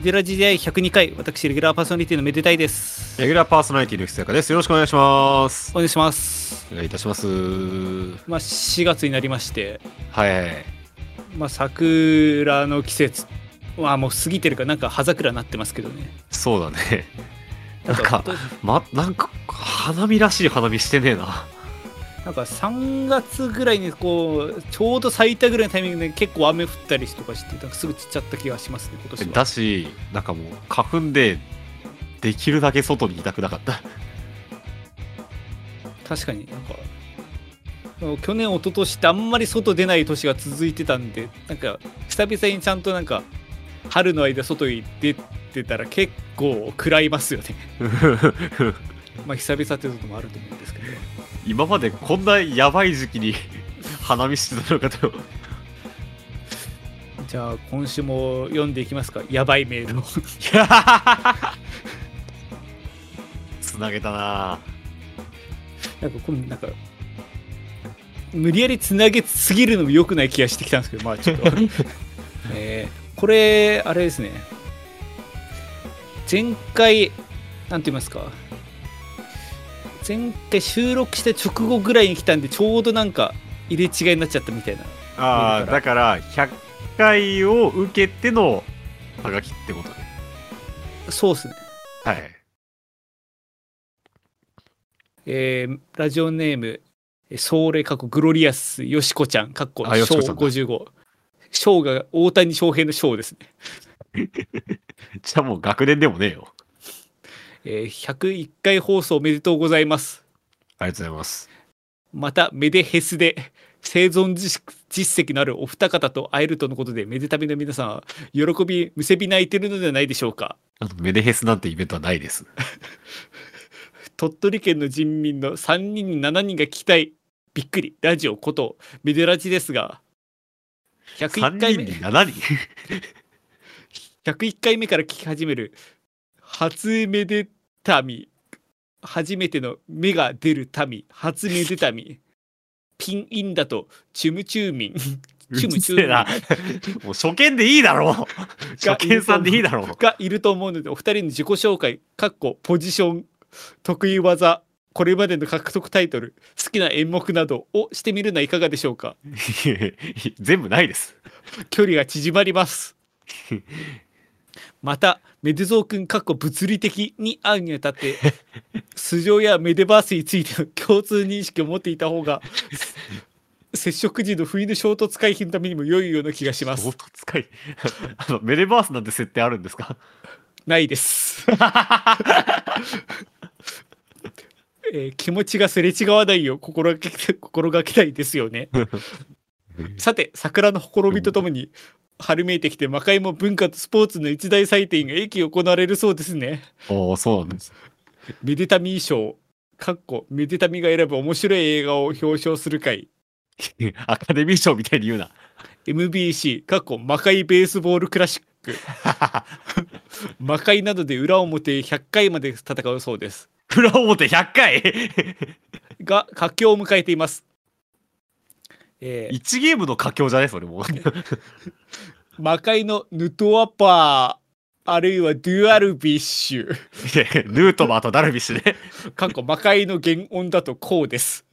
デラジ第102回、私レギュラーパーソナリティのめでたいです。 レギュラーパーソナリティのひつやかです。よろしくお願いします。 お願いします。 お願いいたします。 4月になりまして、 はい。 桜の季節はもう過ぎてるから、なんか葉桜になってますけどね。 そうだね。なんか花見らしい花見してねえな。 なんか3月ぐらいにこうちょうど咲いたぐらいのタイミングで結構雨降ったりとかして、なんかすぐ散っちゃった気がしますね、今年は。 だし、なんかもう花粉でできるだけ外にいたくなかった。 確かになんか去年一昨年ってあんまり外出ない年が続いてたんで、なんか久々にちゃんとなんか春の間外に出てたら結構食らいますよね。久々っていうこともあると思うんですけど、 今までこんなやばい時期に花見してたのかと。 じゃあ今週も読んでいきますか。やばいメールをつなげたな。 なんか無理やりつなげすぎるのも良くない気がしてきたんですけど、ちょっとこれあれですね、前回なんて言いますか、前回収録した直後ぐらいに来たんで、ちょうどなんか入れ違いになっちゃったみたいな。 だから100回を受けてのハガキってことね。 そうですね。 はい。 ラジオネーム壮麗グロリアスよしこちゃん小55、小が大谷翔平の小ですね。 じゃあもう学年でもねえよ。 101回放送おめでとうございます。 ありがとうございます。 またメデヘスで生存実績のあるお二方と会えるとのことで、メデ旅の皆さんは喜びむせび泣いてるのではないでしょうか。 メデヘスなんてイベントはないです。 鳥取県の人民の3人に7人が聞きたいびっくりラジオことメデラジですが、101回目 3人に7人 101回目から聞き始める初めでたみ、初めての芽が出る民、初めでたみ、ピンインだとチュムチューミンチュムチューミンもう初見でいいだろう。初見さんでいいだろうがいると思うので、お二人の自己紹介ポジション、得意技、これまでの獲得タイトル、好きな演目などをしてみるのはいかがでしょうか。 全部ないです。 距離が縮まります。またメデゾー君物理的に会うにあたって素性やメデバースについての共通認識を持っていた方が接触時の不意の衝突回避のためにも良いような気がします。 衝突回メデバースなんて設定あるんですか。 ないです気持ちがすれ違わないよう心がけたいですよね。さて、桜のほころびとともに春めいてきて、魔界も文化とスポーツの一大祭典が駅行われるそうですね。 そうなんです。 メデタミー賞メデタミが選ぶ面白い映画を表彰する会アカデミー賞みたいに言うな。 MBC 魔界ベースボールクラシック魔界などで裏表100回まで戦うそうです。 裏表100回が佳境を迎えています。 1ゲームの佳境じゃねそれも魔界のヌトワパー、あるいはデュアルビッシュヌートバーとダルビッシュね魔界の原音だとこうです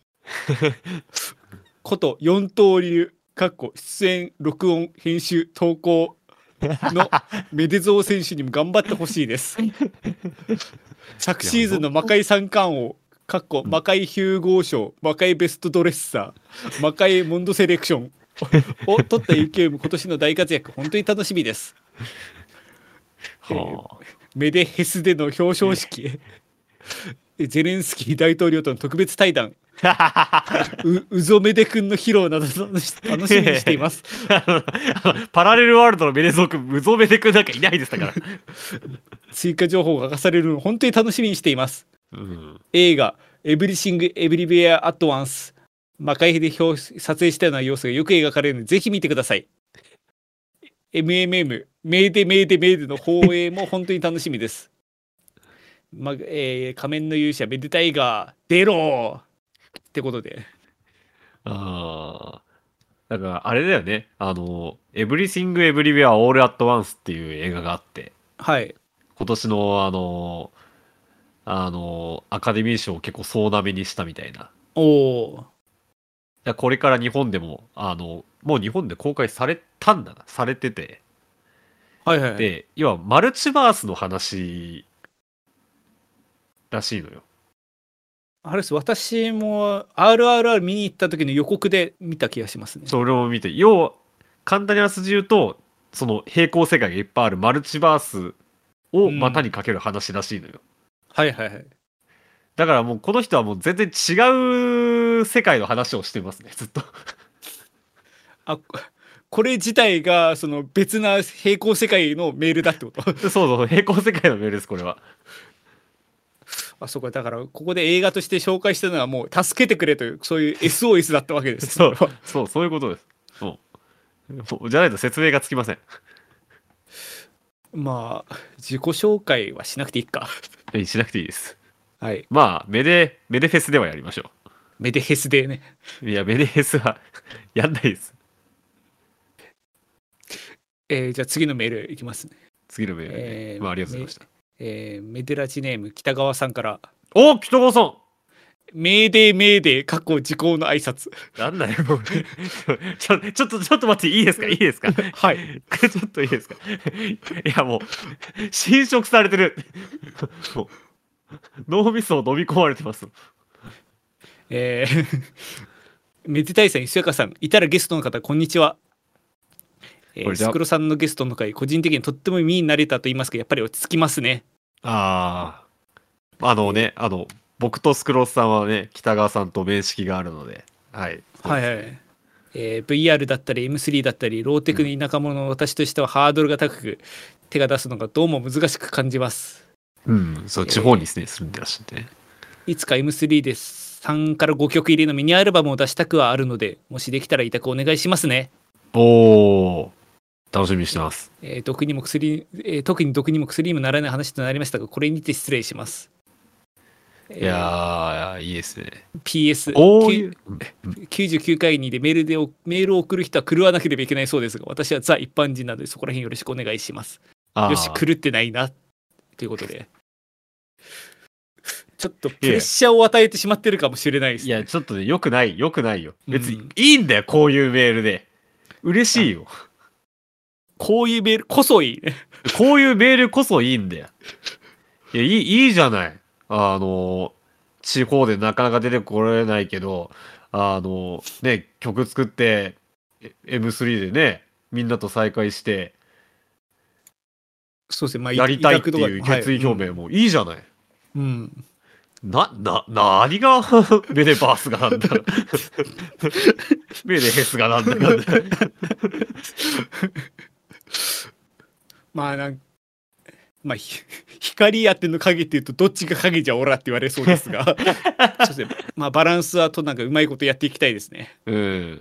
こと4刀流出演録音編集投稿のメデゾー選手にも頑張ってほしいです昨シーズンの魔界三冠王魔界9号賞、魔界ベストドレッサー、魔界モンドセレクションを取ったユキウム、今年の大活躍本当に楽しみです。メデヘスでの表彰式ゼレンスキー大統領との特別対談うぞめでくんの披露など楽しみにしていますパラレルワールドのメデゾー君、うぞめでくんなんかいないですから追加情報が明かされるの本当に楽しみにしています。映画エブリシングエブリウェアアットワンス、魔界で撮影したような様子がよく描かれるのでぜひ見てください。 MMM メーデメーデメーデの放映も本当に楽しみです仮面の勇者メデタイガー出ろってことで、 だからあれだよね、エブリシングエブリウェアオールアットワンスっていう映画があって、 はい。 今年のアカデミー賞を結構総なめにしたみたいな。 おお。 これから日本でも、もう日本で公開されたんだな。されてて。 はいはいはい。 で、要はマルチバースの話らしいのよ。 あれです。私も RRR 見に行った時の予告で見た気がしますね。 それを見て、要は、簡単にあらすじ言うと、その平行世界がいっぱいあるマルチバースを股にうん。 かける話らしいのよ。 はいはいはい。 だからもうこの人はもう全然違う世界の話をしてますね、ずっと。 あ、これ自体がその別な平行世界のメールだってこと？ そうそう、平行世界のメールです、これは。 あ、そうか。だからここで映画として紹介したのはもう助けてくれというそういう SOS だったわけですね。 そう、 これは。 そう、そういうことです。じゃないと説明がつきません。 まあ自己紹介はしなくていいか。 しなくていいです。 はい。 まあ、メデフェスではやりましょメデヘスでね。 う。いや、メデフェスはやんないです。 じゃあ次のメールいきますね。 次のメールね。まあ、ありがとうございました。 メデラジネーム北川さんから、 お、北川さん。 メーデーメーデー過去時効の挨拶。 なんだよ、もうちょっと待って、いいですか、いいですか。 はい。 ちょっといいですか。いや、もう、侵食されてる。もう脳みそを飲み込まれてます。 メデタイさん、石坂さん、いたらゲストの方、こんにちは。 これじゃスクロさんのゲストの回、個人的にとっても耳になれたと言いますか、やっぱり落ち着きますね。 ああ、 え僕とスクロスさんはね、北川さんと面識があるので、はい、そうですね。 はいはい。VR だったり M3 だったりローテクうん、 に田舎者の私としてはハードルが高く手が出すのがどうも難しく感じます、 うん、そう、地方にえね、住んでらっしゃってね。 いつか M3 で3から5曲入りのミニアルバムを出したくはあるのでもしできたら委託お願いしますね、 おー、楽しみにしてます。 毒にも薬、特に毒にも薬にもならない話となりましたがこれにて失礼します、 いやえー、いいですね。 PS こういう、 99回にでメールを送る人は狂わなければいけないそうですが私はザ一般人なのでそこら辺よろしくお願いします。よしああ、 狂ってないなということでちょっといや、 プレッシャーを与えてしまってるかもしれないでいや、 すね。 ちょっとね、よくないよ。別にうん。 いいんだよ、こういうメールで。嬉しあ、 いよ。 こういうメールこそいいね。 こういうメールこそいいんだよ。いいじゃない。地方でなかなか出てこられないけど、ね、曲作って、M3 でね、みんなと再会して、 そうですね。まあ、委やりたいっ託とか、 ていうはい。 決意表明もいいじゃない。 うん。 何がメデバースがなんだメデヘスがなんだまあ、まあ、光やってんの影っていうと、どっちが影じゃおらって言われそうですが、そうですね。まあ、バランスはとなんかうまいことやっていきたいですね。 うん。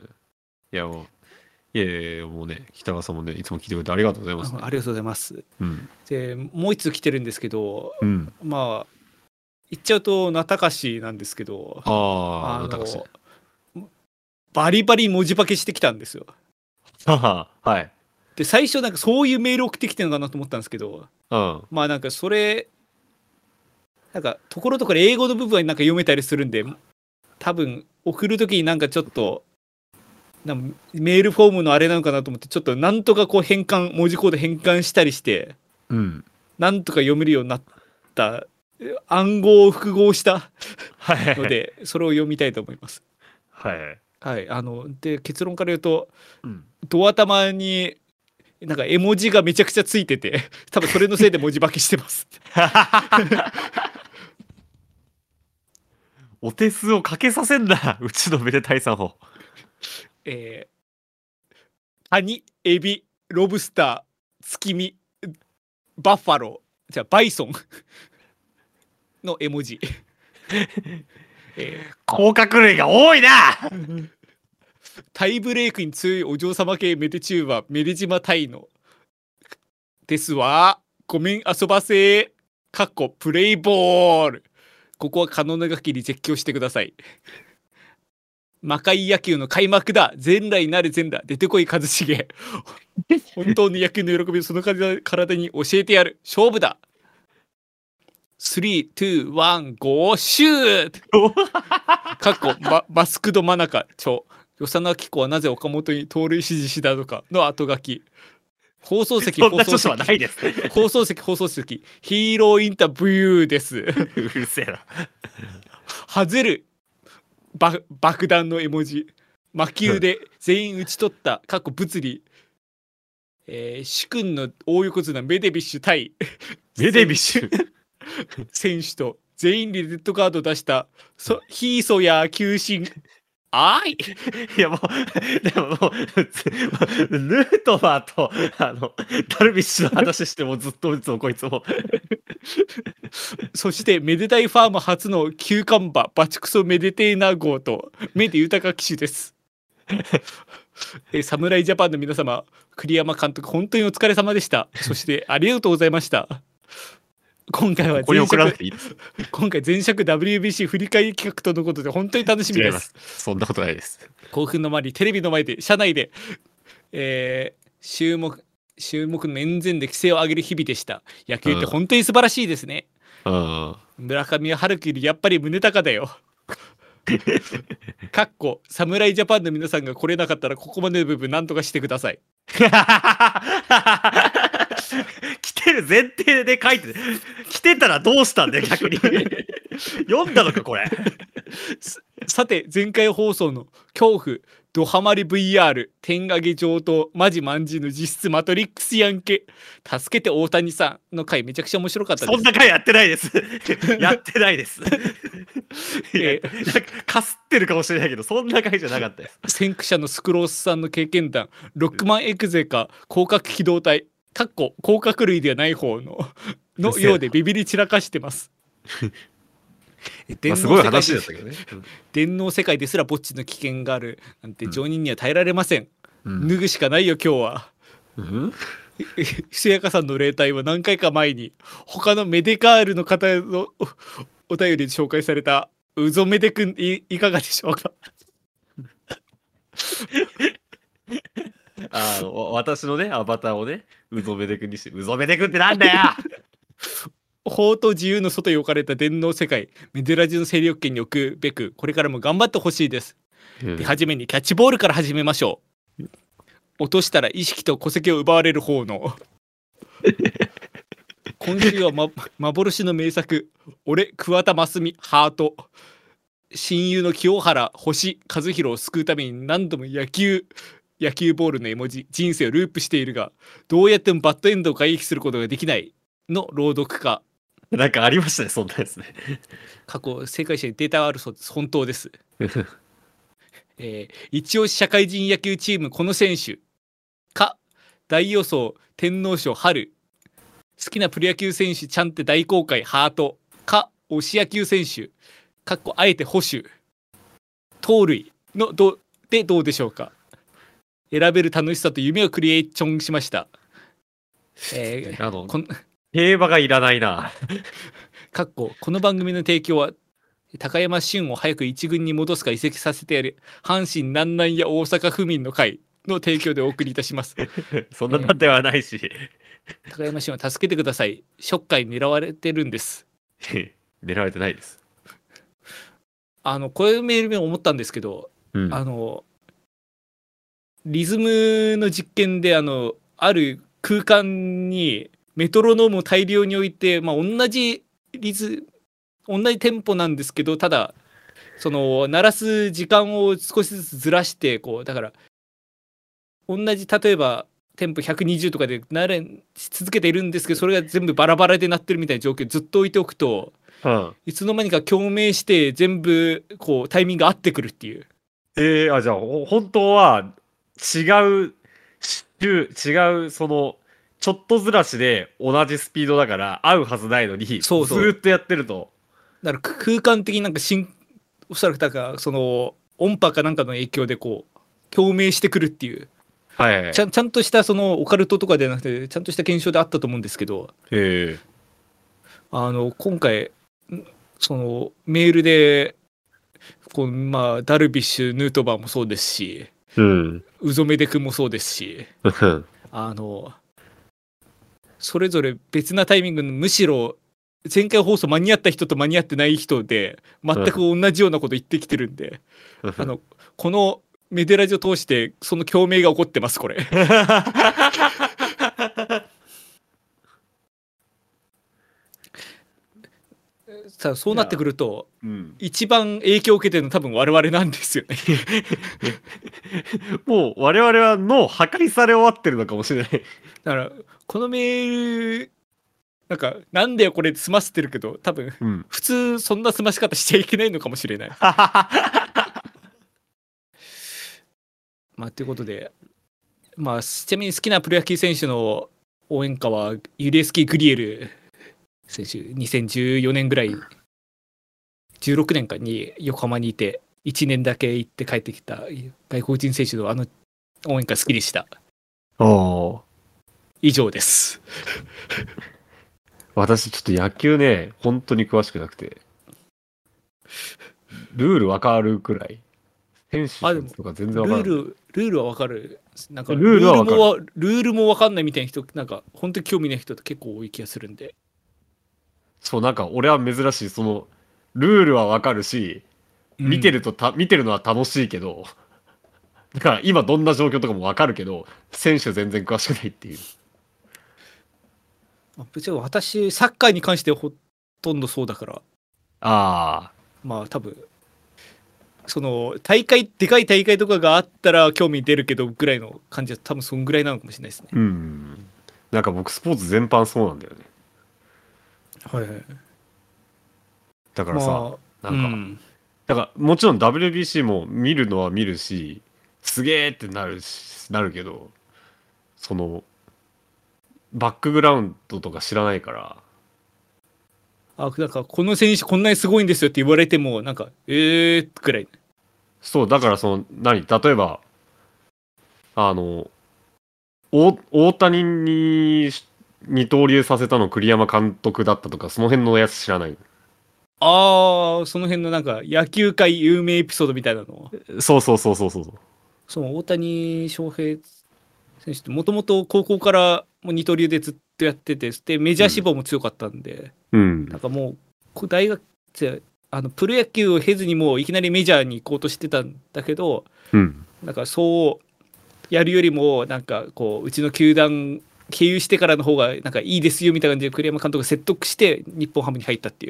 いやもう、いやいやいやもうね、北川さんもね、いつも聞いてくれてありがとうございますね。 ありがとうございます。 うん。 で、もう一通来てるんですけど、 うん。 まあ、言っちゃうと、名高しなんですけど、 ああ、 あなんたかしね。 の、バリバリ文字化けしてきたんですよ。 はは、はい。 で、最初なんかそういうメール送ってきてるのかなと思ったんですけど、 うん。 まあなんかそれ、なんかところどころ英語の部分はなんか読めたりするんで、多分送るときになんかちょっと、なんかメールフォームのあれなのかなと思って、ちょっとなんとかこう文字コード変換したりして、 うん。 なんとか読めるようになった暗号を複合したはい。 ので、それを読みたいと思います。 はい。 はい。で、結論から言うと、 うん。 ドア玉になんか絵文字がめちゃくちゃついてて、多分それのせいで文字化けしてます。 お手数をかけさせんな、うちのめでたいさんを。 えカニ、エビ、ロブスター、月見、バッファロー、じゃあバイソンの絵文字。え甲殻類が多いなタイブレイクに強いお嬢様系メデチューバー、メデジマタイのですわ。ごめん遊ばせ。かっこプレイボール。ここは可能な限り絶叫してください。 魔界野球の開幕だ。全来なる全裸。出てこい一茂。本当の野球の喜びをその体に教えてやる。勝負だ。3、2、1、ゴーシュートかっこマスクド真中与謝野明子はなぜ岡本に盗塁指示したのかの後書き。放送席そんな著書はないです。 放送席ヒーローインタビューです。 うるせえな。 外る爆弾の絵文字。魔球で全員打ち取ったかっこ物理。主君の大横綱メデビッシュ対メデビッシュ選手と全員でレッドカードを出したヒーソや球審。あいいやもうでももうヌートバーとダルビッシュの話してもずっと打つもこいつも。 そしてめでたいファーム初の旧看馬バチクソメデテーナー号とメデ豊騎手です。侍ジャパンの皆様、栗山監督本当にお疲れ様でした。そしてありがとうございました。今回は前尺 WBC 振り返り企画とのことで本当に楽しみです。 そんなことないです。 興奮の前にテレビの前で車内で、注目の面前で規制を上げる日々でした。野球って本当に素晴らしいですね。村上は春樹よりやっぱり宗隆だよ。かっこ侍ジャパンの皆さんが来れなかったらここまでの部分なんとかしてください。 来てる前提で書いて来てたらどうしたんだよ逆に。読んだのかこれ。 さて前回放送の恐怖ドハマり VR 天上げ上等マジマンジの実質マトリックスやんけ助けて大谷さんの回めちゃくちゃ面白かったです。 そんな回やってないです。やってないです。なんかかすってるかもしれないけどそんな回じゃなかったです。 先駆者のスクロースさんの経験談ロックマンエクゼか広角機動隊かっこ甲殻類ではない方のようでビビり散らかしてます。 すごい話だったけどね。 電脳世界ですらぼっちの危険があるなんて常人には耐えられません。脱ぐしかないよ今日は。ひそやかさんの例題は何回か前に他のメデカールの方のお便りで紹介されたうぞめでくん いかがでしょうか。 私のねアバターをねうぞめでくんにしてうぞめでくんってなんだよ。 法と自由の外に置かれた電脳世界メデラジの勢力圏に置くべくこれからも頑張ってほしいです。ではじめにキャッチボールから始めましょう。落としたら意識と戸籍を奪われる方の今週は、幻の名作俺桑田真澄ハート親友の清原星和弘を救うために何度も野球ボールの絵文字人生をループしているがどうやってもバッドエンドを回避することができないの朗読家。 なんかありましたねそんなやつね。 過去正解者にデータがあるそうです。本当です。一押し社会人野球チームこの選手か大予想天皇賞春好きなプロ野球選手ちゃんって大公開ハートか推し野球選手かっこあえて保守盗塁のどうでしょうか。選べる楽しさと夢をクリエイションしました。 競馬がいらないな。 かっここの番組の提供は高山俊を早く一軍に戻すか移籍させてやる阪神南南や大阪府民の会の提供でお送りいたします。 そんななんではないし、 高山俊を助けてください。ショッカーに狙われてるんです。 狙われてないです。 こういうメールも思ったんですけど、リズムの実験である空間にメトロノームを大量に置いて、同じテンポなんですけどただその鳴らす時間を少しずつずらしてだから同じ例えばテンポ120とかで鳴らし続けているんですけどそれが全部バラバラで鳴ってるみたいな状況をずっと置いておくと、いつの間にか共鳴して全部タイミングが合ってくるっていう。 じゃあ本当は違うそのちょっとずらしで同じスピードだから合うはずないのにずーっとやってるとだから空間的におそらくだからその音波かなんかの影響で共鳴してくるっていう、ちゃんとしたそのオカルトとかではなくてちゃんとした現象であったと思うんですけど、今回そのメールでまあダルビッシュ、ヌートバーもそうですし、ウゾメデ君もそうですし、それぞれ別なタイミングの、むしろ前回放送間に合った人と間に合ってない人で全く同じようなこと言ってきてるんで、このメデラジを通してその共鳴が起こってます、これ。さあそうなってくると、一番影響を受けてるの多分我々なんですよね。 もう我々は脳破壊され終わってるのかもしれない。 だからこのメールなんかなんだよこれ済ませてるけど、多分、普通そんな済まし方しちゃいけないのかもしれない。まあということで、まあちなみに好きなプロ野球選手の応援歌はユリエスキー・グリエル選手、2014年ぐらい、16年間に横浜にいて1年だけ行って帰ってきた外国人選手の応援歌好きでした。以上です。 私ちょっと野球ね本当に詳しくなくて、ルールわかるくらい、選手とか全然わからない。 ルールはわかる。なんかルールもわかんないみたいな人、なんか本当に興味ない人って結構多い気がするんで。 そう、なんか俺は珍しい、そのルールはわかるし、見てるのは楽しいけど、だから今どんな状況とかもわかるけど、選手全然詳しくないっていう。 私サッカーに関してほとんどそうだから。まあ多分そのでかい大会とかがあったら興味出るけどぐらいの感じは多分そんぐらいなのかもしれないですね。 なんか僕スポーツ全般そうなんだよね。だからさ、なんか、だからもちろん WBC も見るのは見るし、すげーってなるけど、そのバックグラウンドとか知らないから。 なんかこの選手こんなにすごいんですよって言われてもなんかくらい。 そうだからその例えば大谷に二刀流させたの栗山監督だったとか、その辺のやつ知らない。 その辺のなんか野球界有名エピソードみたいなの。 そう大谷翔平選手ってもともと高校からもう二刀流でずっとやってて、でメジャー志望も強かったんで、なんかもう大学生プロ野球を経ずにもういきなりメジャーに行こうとしてたんだけど、なんかそうやるよりもなんかこううちの球団経由してからの方がなんかいいですよみたいな感じで栗山監督が説得して日本ハムに入ったっていう、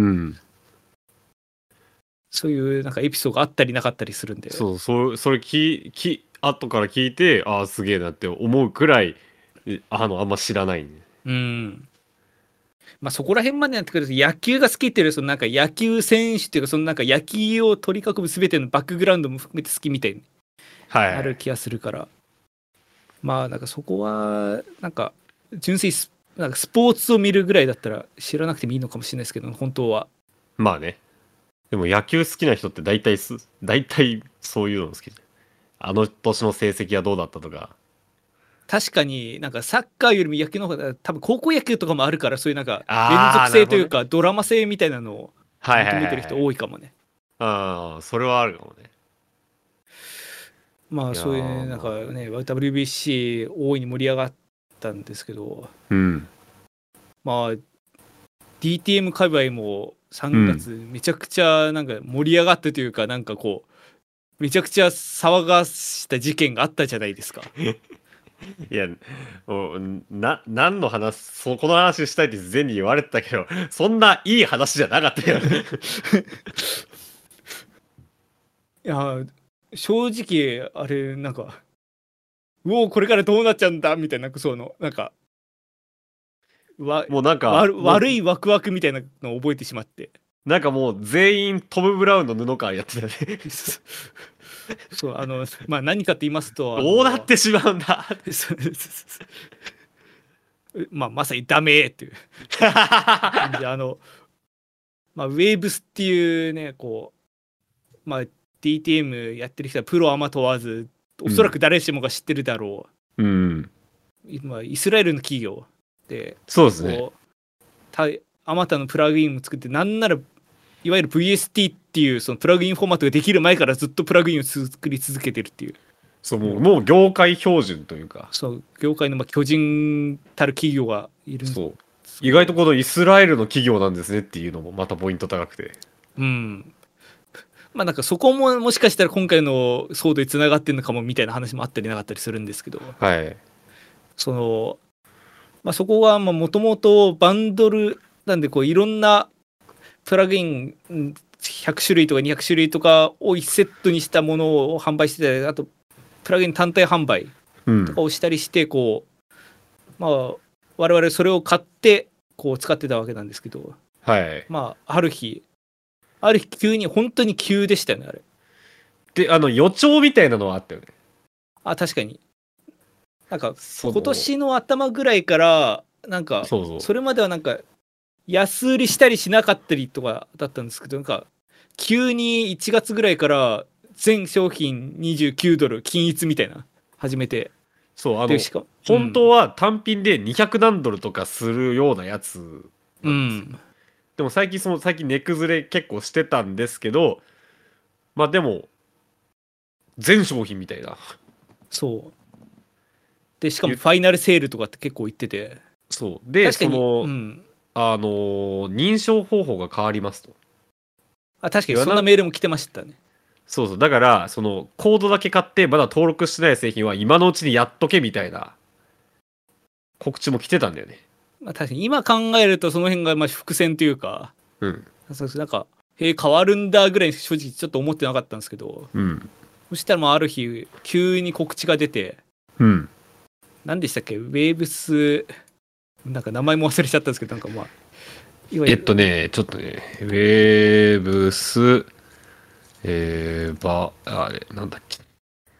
そういうなんかエピソードがあったりなかったりするんで、 それ後から聞いてすげえなって思うくらいあんま知らないね。 まあそこら辺までなってくると野球が好きっていうよりそのなんか野球選手っていうかそのなんか野球を取り囲む全てのバックグラウンドも含めて好きみたいになる気がするから、まあなんかそこはなんか純粋なんかスポーツを見るぐらいだったら知らなくてもいいのかもしれないですけど、本当は。 まあね。でも野球好きな人って大体そういうの好きじゃん。あの年の成績はどうだったとか。 確かになんかサッカーよりも野球の方が多分高校野球とかもあるから、そういうなんか連続性というかドラマ性みたいなのを求めてる人多いかもね。 それはあるかもね。 まあそういうなんかね WBC 大いに盛り上がったんですけど、まあ DTM 界隈も3月めちゃくちゃなんか盛り上がったというか、なんかこうめちゃくちゃ騒がした事件があったじゃないですか。 いや何の話、この話したいって前に言われてたけど、そんないい話じゃなかったよ。 いや正直あれなんかこれからどうなっちゃうんだみたいな、そのなんかもうなんか悪いワクワクみたいなのを覚えてしまって、 なんかもう全員トム・ブラウンの布川やってたね。 そうまあ何かって言いますとどうなってしまうんだ。 まあまさにダメっていうまあウェーブスっていうねこうまあ DTM やってる人はプロアマ問わずおそらく誰しもが知ってるだろう、今イスラエルの企業でそうですね、 あまたのプラグインも作って、なんならいわゆる VST っっていうそのプラグインフォーマットができる前からずっとプラグインを作り続けてるっていう。 そうもう業界標準というか、 そう業界の巨人たる企業がいる。 そう意外とこのイスラエルの企業なんですねっていうのもまたポイント高くて、 まあなんかそこももしかしたら今回の騒動につながってるのかもみたいな話もあったりなかったりするんですけど、そのまあそこはもともとバンドルなんでこういろんなプラグイン100種類とか200種類とかを1セットにしたものを販売してたり、あとプラグイン単体販売とかをしたりして、こうまあ我々それを買ってこう使ってたわけなんですけど、まあある日急に本当に急でしたよねあれ。 で予兆みたいなのはあったよね。 確かになんか今年の頭ぐらいからなんかそれまではなんか安売りしたりしなかったりとかだったんですけど、なんか急に1月ぐらいから全商品29ドル均一みたいな始めて、 そうしか本当は単品で200何ドルとかするようなやつなんですよ。でも最近値崩れ結構してたんですけど、まあでも全商品みたいな。そうでしかもファイナルセールとかって結構言ってて、 そうでその、認証方法が変わりますと。 確かにそんなメールも来てましたね。 そうだからそのコードだけ買ってまだ登録してない製品は今のうちにやっとけみたいな告知も来てたんだよね。 確かに今考えるとその辺がまあ伏線というか、なんか変わるんだぐらい正直ちょっと思ってなかったんですけど、そしたらある日急に告知が出て、何でしたっけ、ウェーブスなんか名前も忘れちゃったんですけど、なんかまあちょっとねウェーブスあれなんだっけ、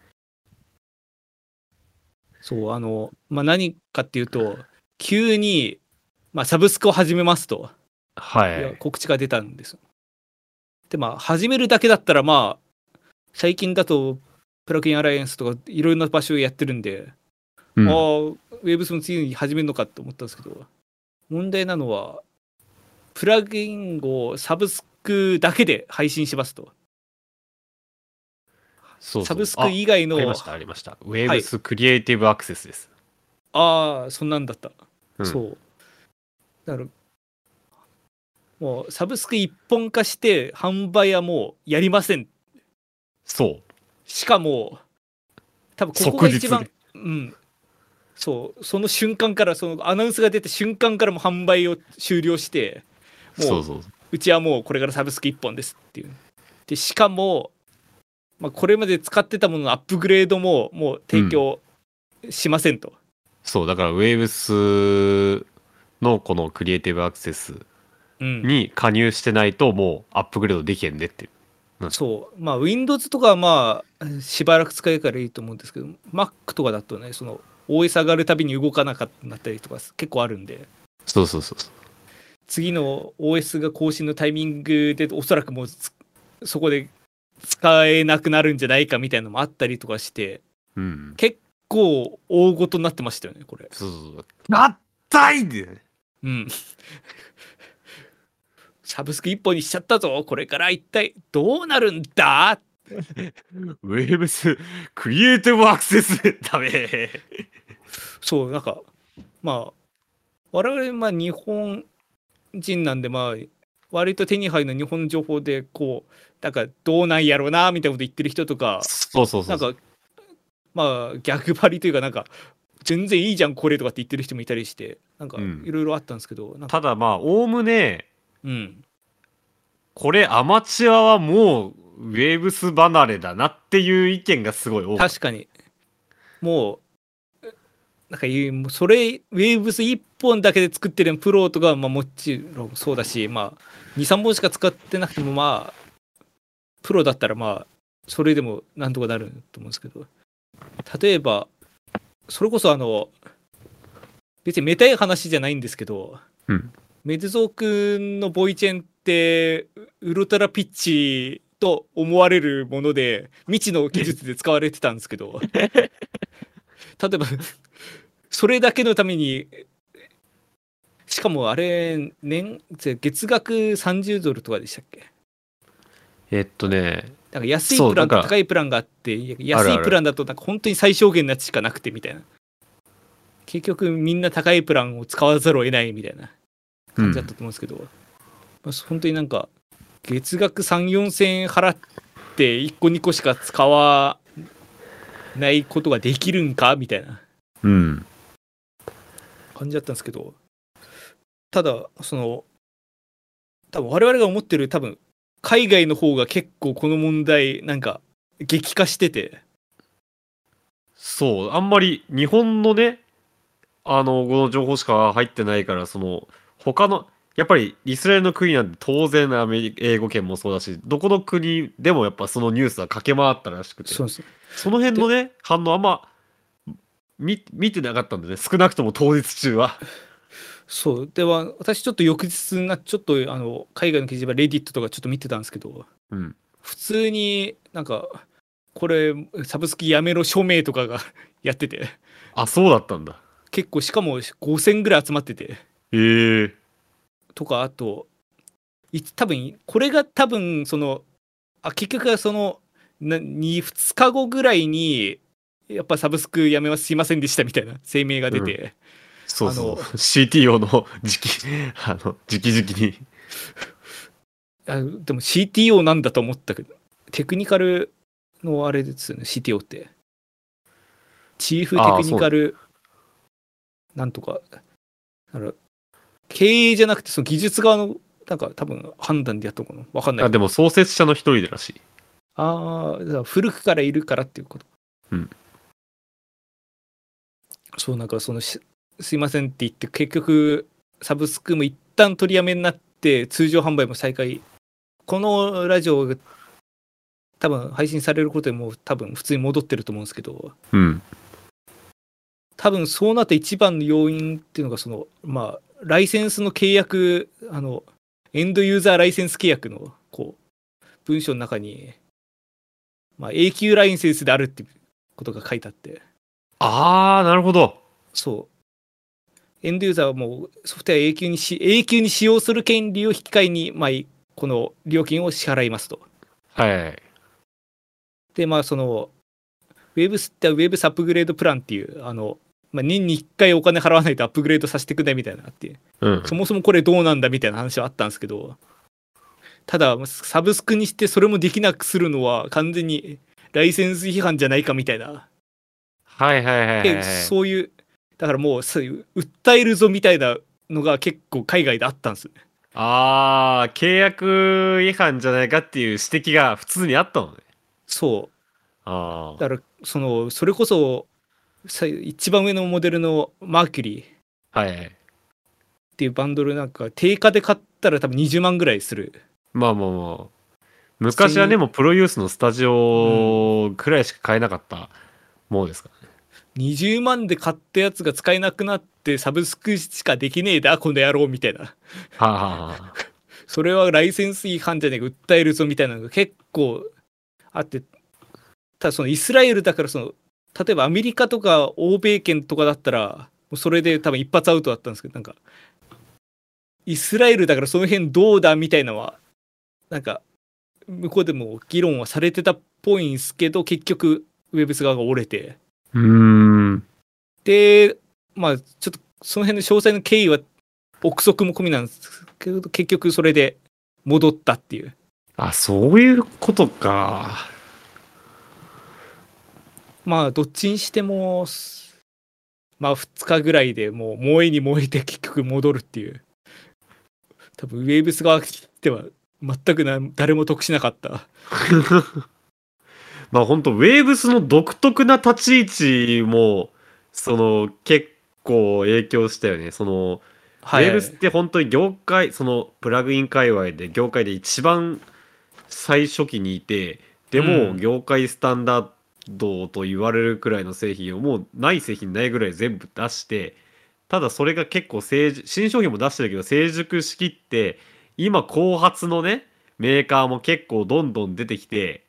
そうまあ何かっていうと急にまあサブスクを始めますと、告知が出たんです。でまあ始めるだけだったらまあ最近だとプラグインアライアンスとかいろいろな場所をやってるんで、ウェーブスの次に始めるのかと思ったんですけど、問題なのはプラグインをサブスクだけで配信しますと。サブスク以外のありましたウェーブスクリエイティブアクセスです。 そんなんだった、そうだからもうサブスク一本化して販売はもうやりません。しかも多分ここが一番その瞬間からそのアナウンスが出た瞬間からも販売を終了して、もううちはもうこれからサブスク一本ですっていう。でしかも、まあ、これまで使ってたもののアップグレードももう提供しませんと。 だからウェーブスのこのクリエイティブアクセスに加入してないともうアップグレードできへんでっていう。 まあ Windows とかはまあしばらく使えるからいいと思うんですけど、 Mac とかだとね、その OS 上がるたびに動かなかったりとか結構あるんで、次の OS が更新のタイミングでおそらくもうそこで使えなくなるんじゃないかみたいなのもあったりとかして、結構大ごとになってましたよねこれ。 なったいでサブスク一本にしちゃったぞ、これから一体どうなるんだウェーブスクリエイティブアクセスダメそうなんかまあ我々まあ日本人なんで、まあ割と手に入る日本の情報でこうなんかどうなんやろうなみたいなこと言ってる人とか、なんかまあ逆張りというか、なんか全然いいじゃんこれとかって言ってる人もいたりして、なんかいろいろあったんですけど、 ただまあおおむねこれアマチュアはもうウェーブス離れだなっていう意見がすごい多い。 確かにもうなんかそれウェーブス1本だけで作ってるプロとかはまあもちろんそうだし、まあ 2,3 本しか使ってなくてもまあプロだったらまあそれでもなんとかなると思うんですけど、例えばそれこそ別にめたい話じゃないんですけど、メデゾー君のボイチェンってウルトラピッチと思われるもので未知の技術で使われてたんですけど例えばそれだけのために、しかもあれ月額30ドルとかでしたっけ。 なんか安いそうプランとだから高いプランがあって、安あるあるいプランだとなんか本当に最小限のやつしかなくてみたいな。結局みんな高いプランを使わざるを得ないみたいな感じだったと思うんですけど、まあ、本当になんか月額3、4千円払って1個2個しか使わないことができるんかみたいなうん。 感じだったんですけど、ただその多分我々が思ってる多分海外の方が結構この問題なんか激化してて、 そう、あんまり日本のね、この情報しか入ってないから、他の、やっぱりイスラエルの国なんて当然英語圏もそうだし、どこの国でもやっぱそのニュースは駆け回ったらしくて、 そうですね。 その辺のね、反応あんま見てなかったんでね、少なくとも当日中は。 そうでは私ちょっと翌日になちょっと海外の記事はレディットとかちょっと見てたんですけど、 うん。 普通になんかこれサブスクやめろ署名とかがやってて、 あ、そうだったんだ。 結構しかも5000ぐらい集まっててへえ。 とか、あと多分これが多分結局は2日後ぐらいにやっぱサブスクやめますすいませんでしたみたいな声明が出うん。 て、 そうそう。CTO の直々に。 でも CTO なんだと思ったけど、テクニカルのあれですよね、 CTO ってチーフテクああ、そう。 ニカルなんとか、だから経営じゃなくてその技術側のなんか多分判断でやったのかな、わかんないあ、 けど、 でも創設者の一人でらしい。 だから古くからいるからっていうこと。 うん。 そう、なんかすいませんって言って結局サブスクも一旦取りやめになって通常販売も再開、このラジオが多分配信されることでもう多分普通に戻ってると思うんですけど、 うん。 多分そうなった一番の要因っていうのがまあライセンスの契約、エンドユーザーライセンス契約の文章の中に、まあ、永久ライセンスであるっていうことが書いてあって、 ああ、なるほど。 そうエンドユーザーはもうソフトウェア永久に使用する権利を引き換えに、まあ、この料金を支払いますと。 はい。 でまあウェブスってウェブアップグレードプランっていうまあ、年に1回お金払わないとアップグレードさせてくれみたいなのがあって、 うん。 そもそもこれどうなんだみたいな話はあったんですけど、ただサブスクにしてそれもできなくするのは完全にライセンス違反じゃないかみたいな、 はいはいはいはいはい。 そういうだからもうそういう訴えるぞみたいなのが結構海外であったんです。 ああ、契約違反じゃないかっていう指摘が普通にあったのね。 そうあだからそれこそ一番上のモデルのマーキュリーっあ。はいはい。 ていうバンドルなんか定価で買ったら多分20万ぐらいする。 まあまあまあ。昔はね、 1000 もうプロユースのスタジうん、 オくらいしか買えなかったものですからね。 20万で買ったやつが使えなくなってサブスクしかできねえだこの野郎みたいな、 はあ、はあはあ、 それはライセンス違反じゃねえか訴えるぞみたいなのが結構あって、ただイスラエルだから例えばアメリカとか欧米圏とかだったらもうそれで多分一発アウトだったんですけど、なんかイスラエルだからその辺どうだみたいなのはなんか向こうでも議論はされてたっぽいんですけど、結局ウェブス側が折れて、 うーん。 でまあちょっとその辺の詳細の経緯は憶測も込みなんですけど、結局それで戻ったっていう。 あ、そういうことか。 まあどっちにしてもまあ2日ぐらいでもう燃えに燃えて結局戻るっていう、多分ウェーブス側では全く誰も得しなかった。 まあ本当ウェーブスの独特な立ち位置も、結構影響したよね。ウェーブスっはい。 て本当に業界、プラグイン界隈で、業界で一番最初期にいて、でもうん。 業界スタンダードと言われるくらいの製品をもうない製品ないぐらい全部出して、ただそれが結構新商品も出してるけど成熟しきって、今後発のね、メーカーも結構どんどん出てきて、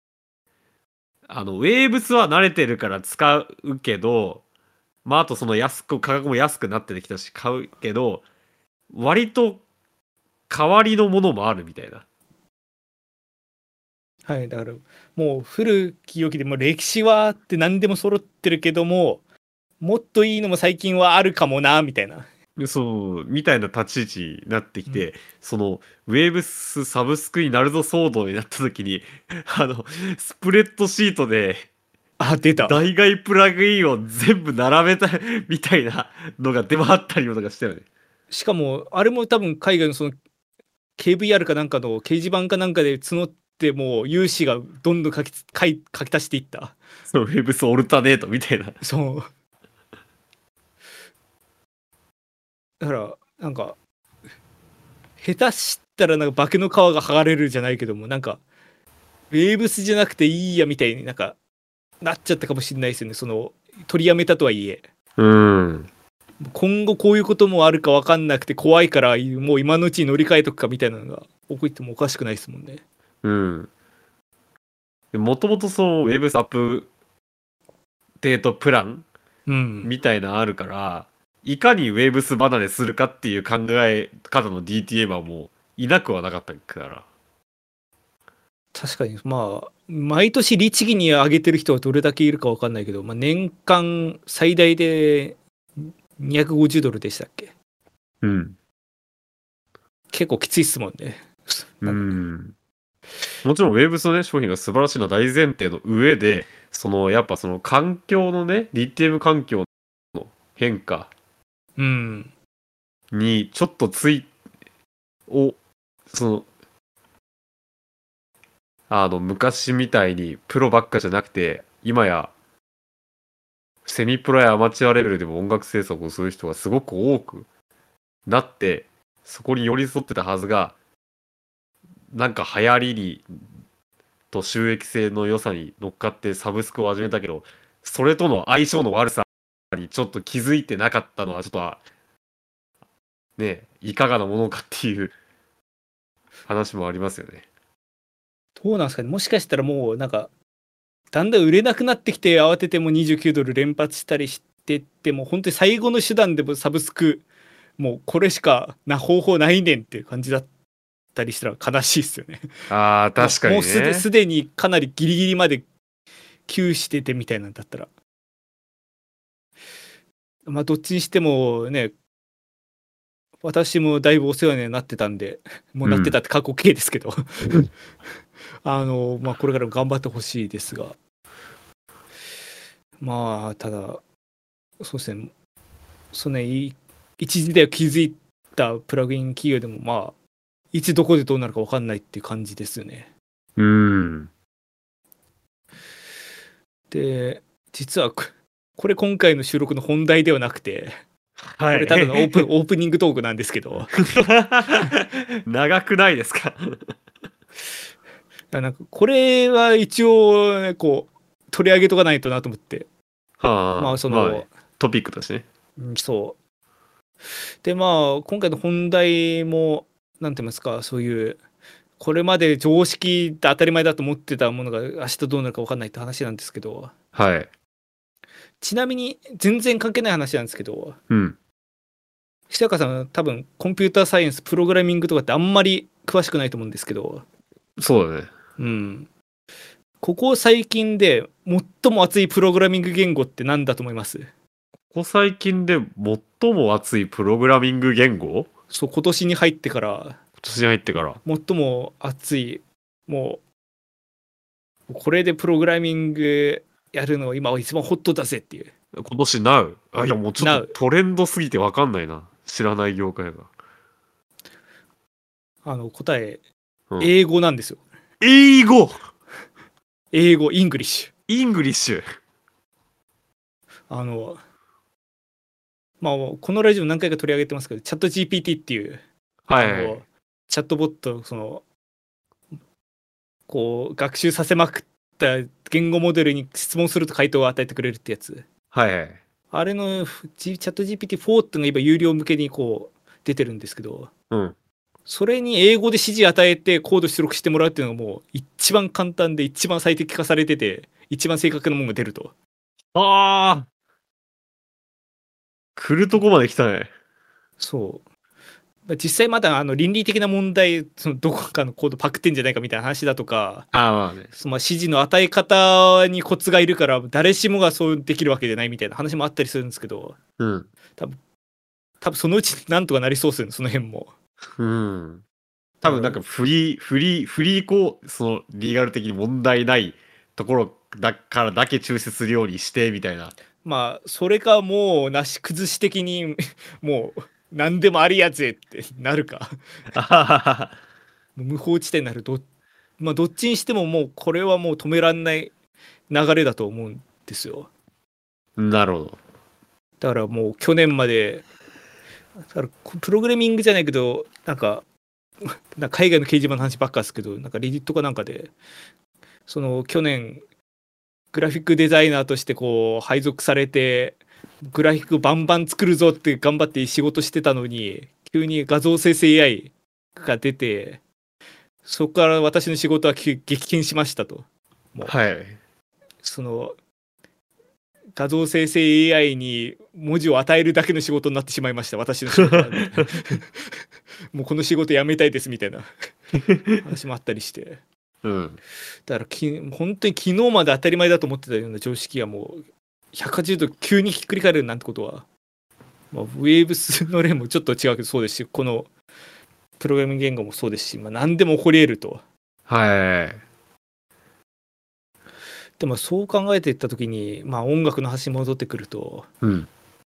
ウェーブスは慣れてるから使うけど、まああと価格も安くなってきたし買うけど、割と代わりのものもあるみたいな。 はい、だからもう古き良きでもう歴史はあって何でも揃ってるけども、もっといいのも最近はあるかもなみたいな。 そう、みたいな立ち位置になってきうん、 て、その、ウェーブスサブスクになるぞ騒動になった時に、あの、スプレッドシートで、 あ、出た。 代替プラグインを全部並べたみたいなのが出回ったりとかしたよね。 しかもあれも多分海外のその KVR かなんかの掲示板かなんかで募ってもう有志がどんどん書き足していった。 そう、ウェブスオルタネートみたいな。 そう。だからなんか下手したらなんか化けの皮が剥がれるじゃないけども、なんかウェーブスじゃなくていいやみたいになんかなっちゃったかもしれないですよね。その取りやめたとはいえ。 うん。 今後こういうこともあるか分かんなくて怖いからもう今のうちに乗り換えとくかみたいなのが起こってもおかしくないですもんね。 うん。もともとそう、ウェブスアップデートプランうん。 みたいなのあるから、いかにウェーブス離れするかっていう考え方の DTM はもういなくはなかったから。 確かにまあ毎年律儀に上げてる人はどれだけいるか分かんないけど、まあ、年間最大で$250でしたっけ。 うん。 結構きついっすもんね。 うん。もちろんウェーブスのね、商品が素晴らしいのは大前提の上で、やっぱその環境のね、DTM 環境の変化うん。 にちょっとを、その、昔みたいにプロばっかじゃなくて、今やセミプロやアマチュアレベルでも音楽制作をする人がすごく多くなって、そこに寄り添ってたはずが、なんか流行りと収益性の良さに乗っかってサブスクを始めたけど、それとの相性の悪さにちょっと気づいてなかったのは、ちょっとね、いかがなものかっていう話もありますよね。 どうなんですかね。もしかしたらもうなんかだんだん売れなくなってきて慌てても$29連発したりしてっても本当に最後の手段でもサブスクもうこれしか方法ないねんっていう感じだったりしたら悲しいですよね。 ああ、確かもうにね。 すでにかなりギリギリまで窮しててみたいなんだったら、まあどっちにしてもね、私もだいぶお世話にはなってたんで、もうなってたって過去形ですけど、まあこれからも頑張ってほしいですが、まあただそうですね、一時代を築いたプラグイン企業でもまあいつどこでどうなるか分かんないっていう感じですよね。 うん。 で実はこれ今回の収録の本題ではなくて、 はい。 これただのオープニングトークなんですけど長くないですか？ なんかこれは一応、ね、こう取り上げとかないとなと思って、まあはあ、まあ、 その、 トピックだしね。 そうでまあ今回の本題もなんて言いますか、そういうこれまで常識で当たり前だと思ってたものが明日どうなるか分かんないって話なんですけど、 はい。 ちなみに全然関係ない話なんですけど、 うん。 久高さんは多分コンピューターサイエンスプログラミングとかってあんまり詳しくないと思うんですけど、 そうだね。 うん、ここ最近で最も熱いプログラミング言語って何だと思います？ ここ最近で最も熱いプログラミング言語？ そう、今年に入ってから今年に入ってから。 最も熱い、もうこれでプログラミングやるの今一番ホットだぜっていう。 今年 Now。あ、いやもうちょっと Now。 トレンドすぎてわかんないな。知らない業界が。 答え、 うん、 英語なんですよ。 英語英語、イングリッシイングリッシュ。 ュ。まあ、このラジオ何回か取り上げてますけど、チャット GPT っていう、 はいはい。 チャットボット、こう、学習させまくった言語モデルに質問すると回答を与えてくれるってやつ。 はいはい。 あれの、チャット GPT-4 っていうのが今有料向けにこう、出てるんですけど、 うん。 それに英語で指示与えてコード出力してもらうっていうのがもう一番簡単で一番最適化されてて、一番正確なものが出ると。 ああ、来るとこまで来たね。 そう。 実際まだ倫理的な問題、そのどこかのコードパクってんじゃないかみたいな話だとか、 まあね。 その指示の与え方にコツがいるから誰しもがそうできるわけじゃないみたいな話もあったりするんですけど、 うん。 多分そのうちなんとかなりそうですよね、その辺も。 うん。多分なんかフリーそのリーガル的に問題ないところだからだけ抽出するようにしてみたいな。 まあそれかもうなし崩し的にもう何でもありやぜってなるかあははは。 無法地帯になるまあどっちにしてももうこれはもう止めらんない流れだと思うんですよ。 なるほど。 だからもう去年までだからプログラミングじゃないけどなんか海外の掲示板の話ばっかですけど、なんかレディットかなんかでその去年グラフィックデザイナーとしてこう配属されてグラフィックバンバン作るぞって頑張って仕事してたのに、急に画像生成 AI が出て、そこから私の仕事は激変しましたと。もうはい。 その画像生成 AI に文字を与えるだけの仕事になってしまいました、私の仕事はみたいなもうこの仕事辞めたいですみたいな話もあったりして、 うん。 だから本当に昨日まで当たり前だと思ってたような常識がもう180度急にひっくり返るなんてことは、まあ、ウェーブスの例もちょっと違うけどそうですし、このプログラミング言語もそうですし、まあ、何でも起こり得ると。 はい。 でもそう考えていった時に、まあ、音楽の話に戻ってくると、 うん。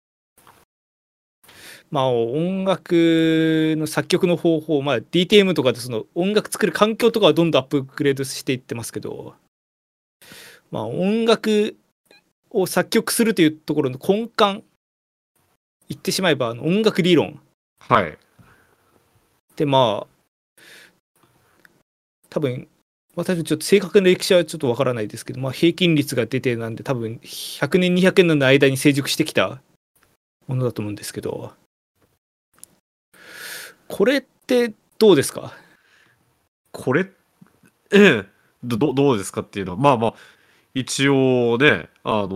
まあ、音楽の作曲の方法、まあ、DTM とかでその音楽作る環境とかはどんどんアップグレードしていってますけど、まあ、音楽を作曲するというところの根幹、言ってしまえば音楽理論はい。 で、まあ多分私ちょっと正確な歴史はちょっとわからないですけど、まあ、平均率が出てなんで多分100年200年の間に成熟してきたものだと思うんですけど、これってどうですか？ これ、どうですかっていうのは、まあまあ、一応ね、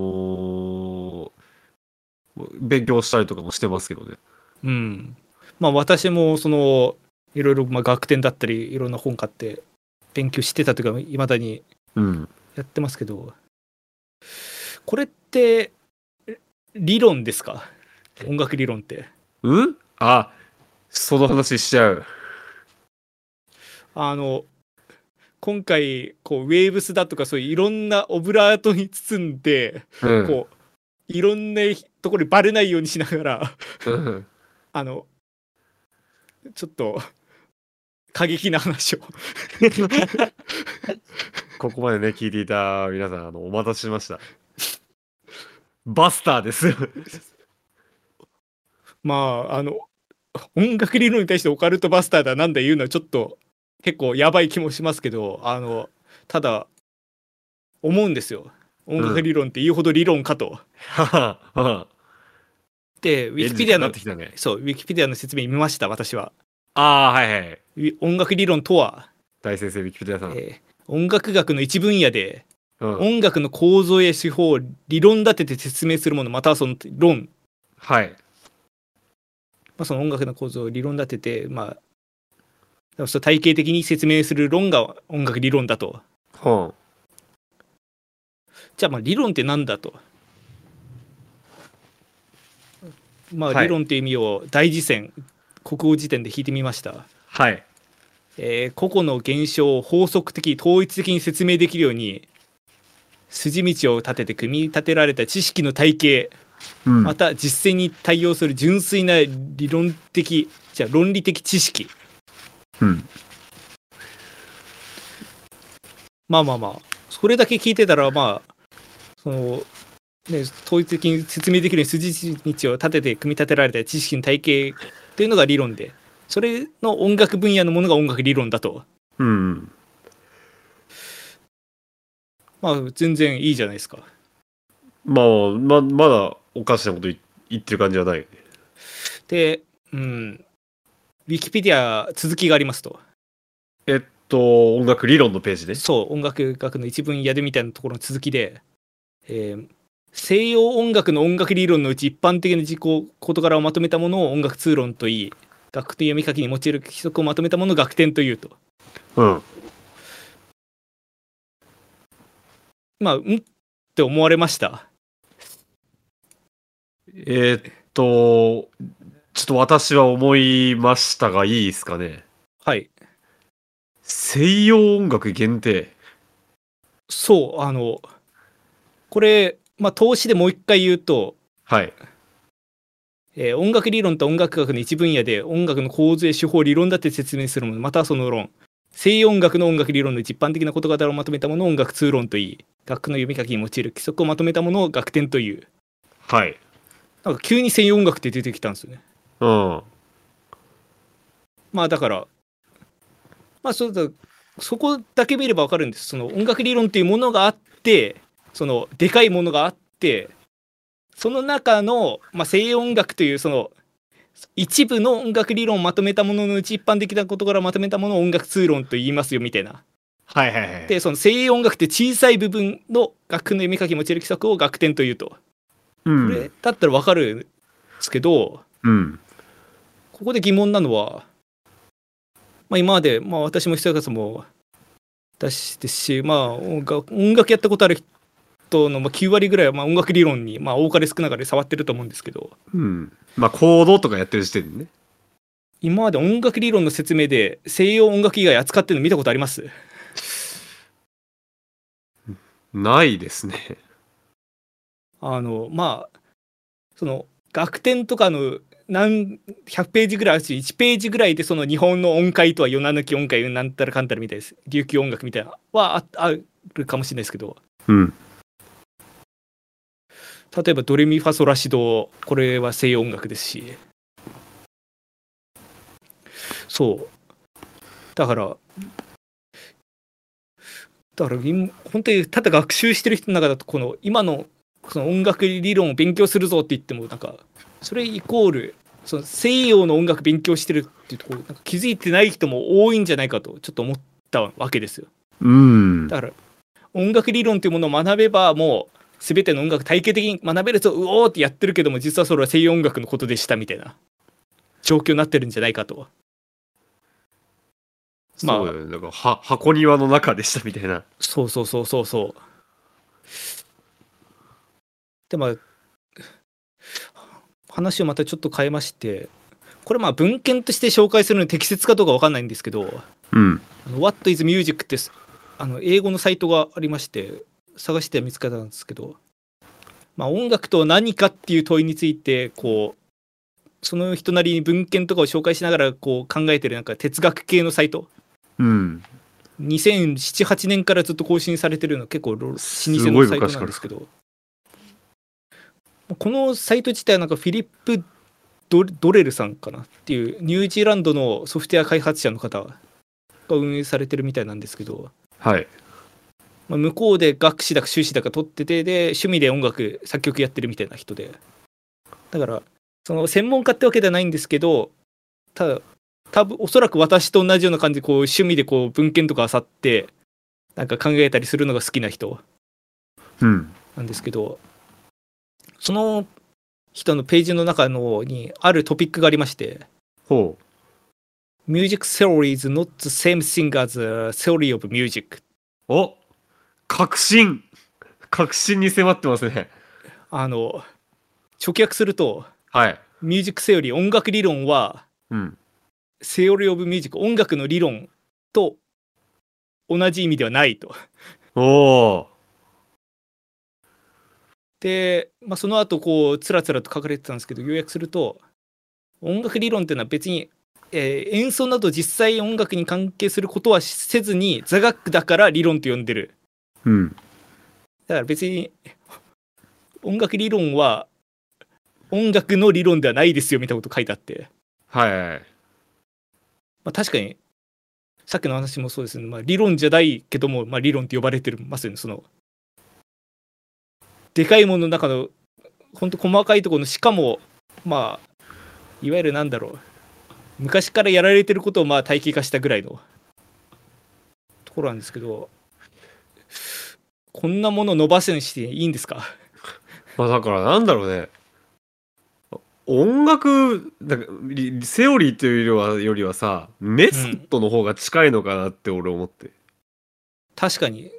勉強したりとかもしてますけどね。 うん。まあ私もそのいろいろまあ学典だったりいろんな本買って勉強してたというかいまだにうん。 やってますけど、これって理論ですか？音楽理論って。 うんあ、その話しちゃう。 あの今回こうウェーブスだとかそういういろんなオブラートに包んでうん。 こういろんなところにバレないようにしながらうん。 あのちょっと過激な話をここまでね、聞いていた皆さん、お待たせしました。バスターです。 まあ音楽理論に対してオカルトバスターだなんだ言うのはちょっと結構やばい気もしますけど、ただ思うんですよ。音楽うん。 理論って言うほど理論かと。 ははは。 でウィエンジンかかキペディアのってきたね。 そうウィキペディアの説明見ました私は。 ああ、はいはい。 音楽理論とは、 大先生、ウィキペディアさん。 音楽学の一分野でうん。 音楽の構造や手法を理論立てて説明するもの、またはその論、 はい。 まあ、その音楽の構造を理論立てて、まあ、その体系的に説明する論が音楽理論だと。 はじゃあまあ理論って何だと。まあはい。 理論という意味を大辞典、国語辞典で引いてみました。 はい。 個々の現象を法則的統一的に説明できるように筋道を立てて組み立てられた知識の体系、 うん。 また実践に対応する純粋な論理的知識、 うん。 まあまあまあそれだけ聞いてたらまあそのね統一的に説明できるように筋道を立てて組み立てられた知識の体系っていうのが理論で、それの音楽分野のものが音楽理論だと。 うん。 まあ全然いいじゃないですか。 まあ、まだおかしなこと言ってる感じはないよね。 で、ウィキペディア続きがありますと。 音楽理論のページで。 そう音楽学の一分野でみたいなところの続きで、西洋音楽の音楽理論のうち一般的な事柄をまとめたものを音楽通論といい、 楽譜読み書きに用いる規則をまとめたものを楽典というと。 うん。 まあ、って思われました。 ちょっと私は思いましたが、いいですかね。 はい。 西洋音楽限定。 そう、これ、まあ、投資でもう一回言うと、 はい。 音楽理論と音楽学の一分野で音楽の構図や手法理論だって説明するもの、またはその論、西洋音楽の音楽理論の一般的な事柄をまとめたものを音楽通論といい、楽譜の読み書きに用いる規則をまとめたものを楽典という。 はい。 なんか急に西洋音楽って出てきたんですよね。 うん。 まあだから、まあそこだけ見れば分かるんです。その音楽理論っていうものがあって、そのでかいものがあって、その中の、まあ、西洋音楽というその一部の音楽理論をまとめたもののうち一般的な事柄をまとめたものを音楽通論と言いますよみたいな。 はいはいはい。 でその西洋音楽って小さい部分の楽譜の読み書きに用いる規則を楽典というと。 うん。 これだったら分かるんですけど、 うん。 ここで疑問なのは、まあ、今まで、まあ、私も久方も出してし、まあ、音楽やったことある人の9割ぐらいはまあ音楽理論にまあ多かれ少なかれ触ってると思うんですけど、 うん。まあ、コードとかやってる時点でね。 今まで音楽理論の説明で西洋音楽以外扱ってるの見たことあります？ ないですね。 まあその楽典とかの何100ページぐらいあるし、1ページぐらいでその日本の音階とは与那抜き音階なんたらかんたらみたいです。琉球音楽みたいなはあるかもしれないですけど、 うん。 例えばドレミファソラシド、これは西洋音楽ですし、そうだから本当にただ学習してる人の中だと、この今のその音楽理論を勉強するぞって言っても、なんかそれイコールその西洋の音楽勉強してるっていうところ、なんか気づいてない人も多いんじゃないかとちょっと思ったわけですよ。 うん。 だから音楽理論というものを学べば、もう全ての音楽体系的に学べるぞ、うおーってやってるけども、実はそれは西洋音楽のことでしたみたいな状況になってるんじゃないかと。 そうよね。だから箱庭の中でしたみたいな。 そうそうそうそうそう。でまあ話をまたちょっと変えまして、これまあ文献として紹介するのに適切かどうか分かんないんですけど、 うん。 What is Music って英語のサイトがありまして、探して見つかったんですけど、まあ、音楽とは何かっていう問いについてこうその人なりに文献とかを紹介しながらこう考えてるなんか哲学系のサイト、 うん。 2007、8年からずっと更新されてるの結構老舗のサイトなんですけど、このサイト自体はなんかフィリップ・ドレルさんかなっていうニュージーランドのソフトウェア開発者の方が運営されてるみたいなんですけど、 はい。 まあ、向こうで学士だか修士だか取ってて、で趣味で音楽作曲やってるみたいな人で、だからその専門家ってわけではないんですけど、ただ多分おそらく私と同じような感じでこう趣味でこう文献とか漁ってなんか考えたりするのが好きな人なんですけど、その人のページの中のにあるトピックがありまして、 ほう。 Music theory is not the same thing as a theory of music。 お、確信に迫ってますね。 直訳すると、 はい。 ミュージックセオリー、音楽理論は、 うん。 セオリーオブミュージック、音楽の理論と同じ意味ではないと。 おお。 で、まあ、その後こうつらつらと書かれてたんですけど、要約すると、音楽理論っていうのは別に、演奏など実際音楽に関係することはせずに、座学だから理論と呼んでる。 うん。 だから別に音楽理論は音楽の理論ではないですよみたいなこと書いてあって、 はいはい。 まあ、確かにさっきの話もそうですね、まあ、理論じゃないけども、まあ、理論って呼ばれてますよね。そのでかいものの中のほんと細かいところの、しかもまあいわゆるなんだろう、昔からやられてることをまあ体系化したぐらいのところなんですけど、こんなものを伸ばすにしていいんですか？ まあだからなんだろうね。 音楽なんかセオリーというよりはさメソッドの方が近いのかなって俺思って、 確かに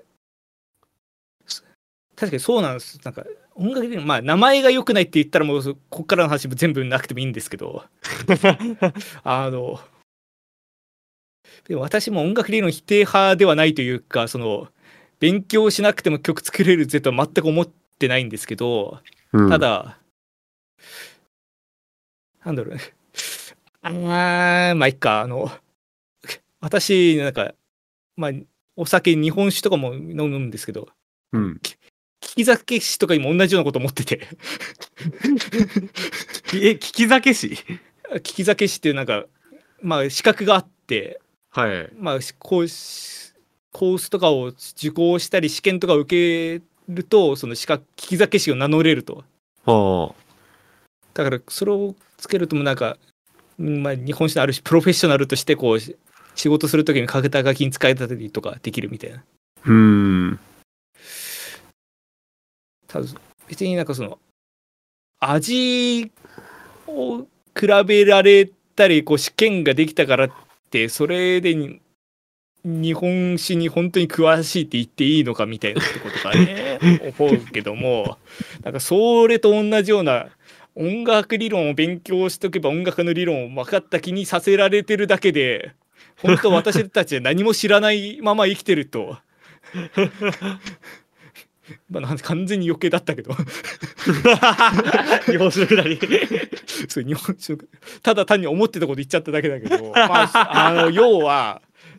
そうなんです。なんか音楽でまあ名前が良くないって言ったらもうここからの話も全部なくてもいいんですけどあのでも私も音楽理論否定派ではないというか、その勉強しなくても曲作れるぜとは全く思ってないんですけど、 うん、 ただなんだろうねまあいっか、私なんかまあお酒日本酒とかも飲むんですけど、 うん、 利き酒師とかにも同じようなこと思ってて利き酒師利き酒師っていうなんかまあ資格があって、 はいまあコースとかを受講したり試験とかを受けるとその利き酒師を名乗れると。 はだからそれをつけるともなんか、まあ、日本酒のある種プロフェッショナルとしてこう仕事するときに肩書きに使えたりとかできるみたいな。ただ別になんかその味を比べられたりこう試験ができたからってそれで日本史に本当に詳しいって言っていいのかみたいなってことかね思うけども、なんかそれと同じような音楽理論を勉強しとけば音楽の理論を分かった気にさせられてるだけで本当私たちは何も知らないまま生きてるとまあなんで完全に余計だったけど日本酒のくだりそう日本酒ただ単に思ってたこと言っちゃっただけだけど、まあ、要は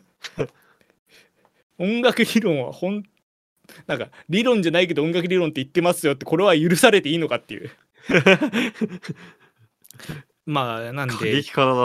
音楽理論はなんか理論じゃないけど音楽理論って言ってますよってこれは許されていいのかっていうまあなん過で激化だ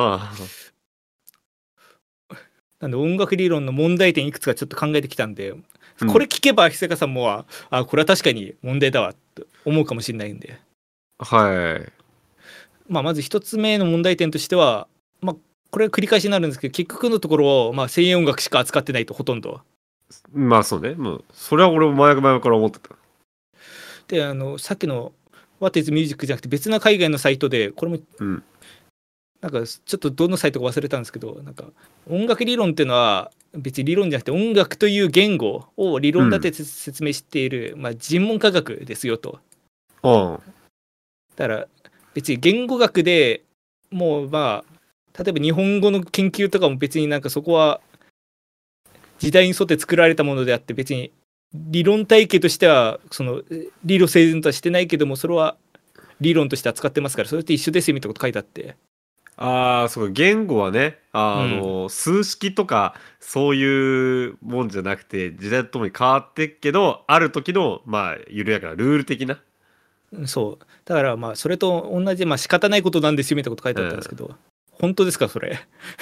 なんで音楽理論の問題点いくつかちょっと考えてきたんで、 うんこれ聞けば久香さんもこれは確かに問題だわって思うかもしれないんで、 はいまあ、まず一つ目の問題点としては、まあ、これは繰り返しになるんですけど結局のところ、まあ、声援音楽しか扱ってないとほとんどまあそうねもうそれは俺も前から思ってたでさっきの What is Music じゃなくて別な海外のサイトでこれもうんなんかちょっとどのサイトか忘れたんですけどなんか音楽理論っていうのは別に理論じゃなくて音楽という言語を理論立てて説明している、まあ、人文科学ですよと。 うんだから別に言語学でもうまあ例えば日本語の研究とかも別になんかそこは時代に沿って作られたものであって別に理論体系としてはその理路整然とはしてないけどもそれは理論として扱ってますからそれって一緒ですよみたいなこと書いてあって。 ああ、そう言語はね、数式とかそういうもんじゃなくて時代とともに変わってっけどある時のまあ緩やかなルール的な、 そうだからまあそれと同じまあ仕方ないことなんですよみたいなこと書いてあったんですけど、本当ですかそれ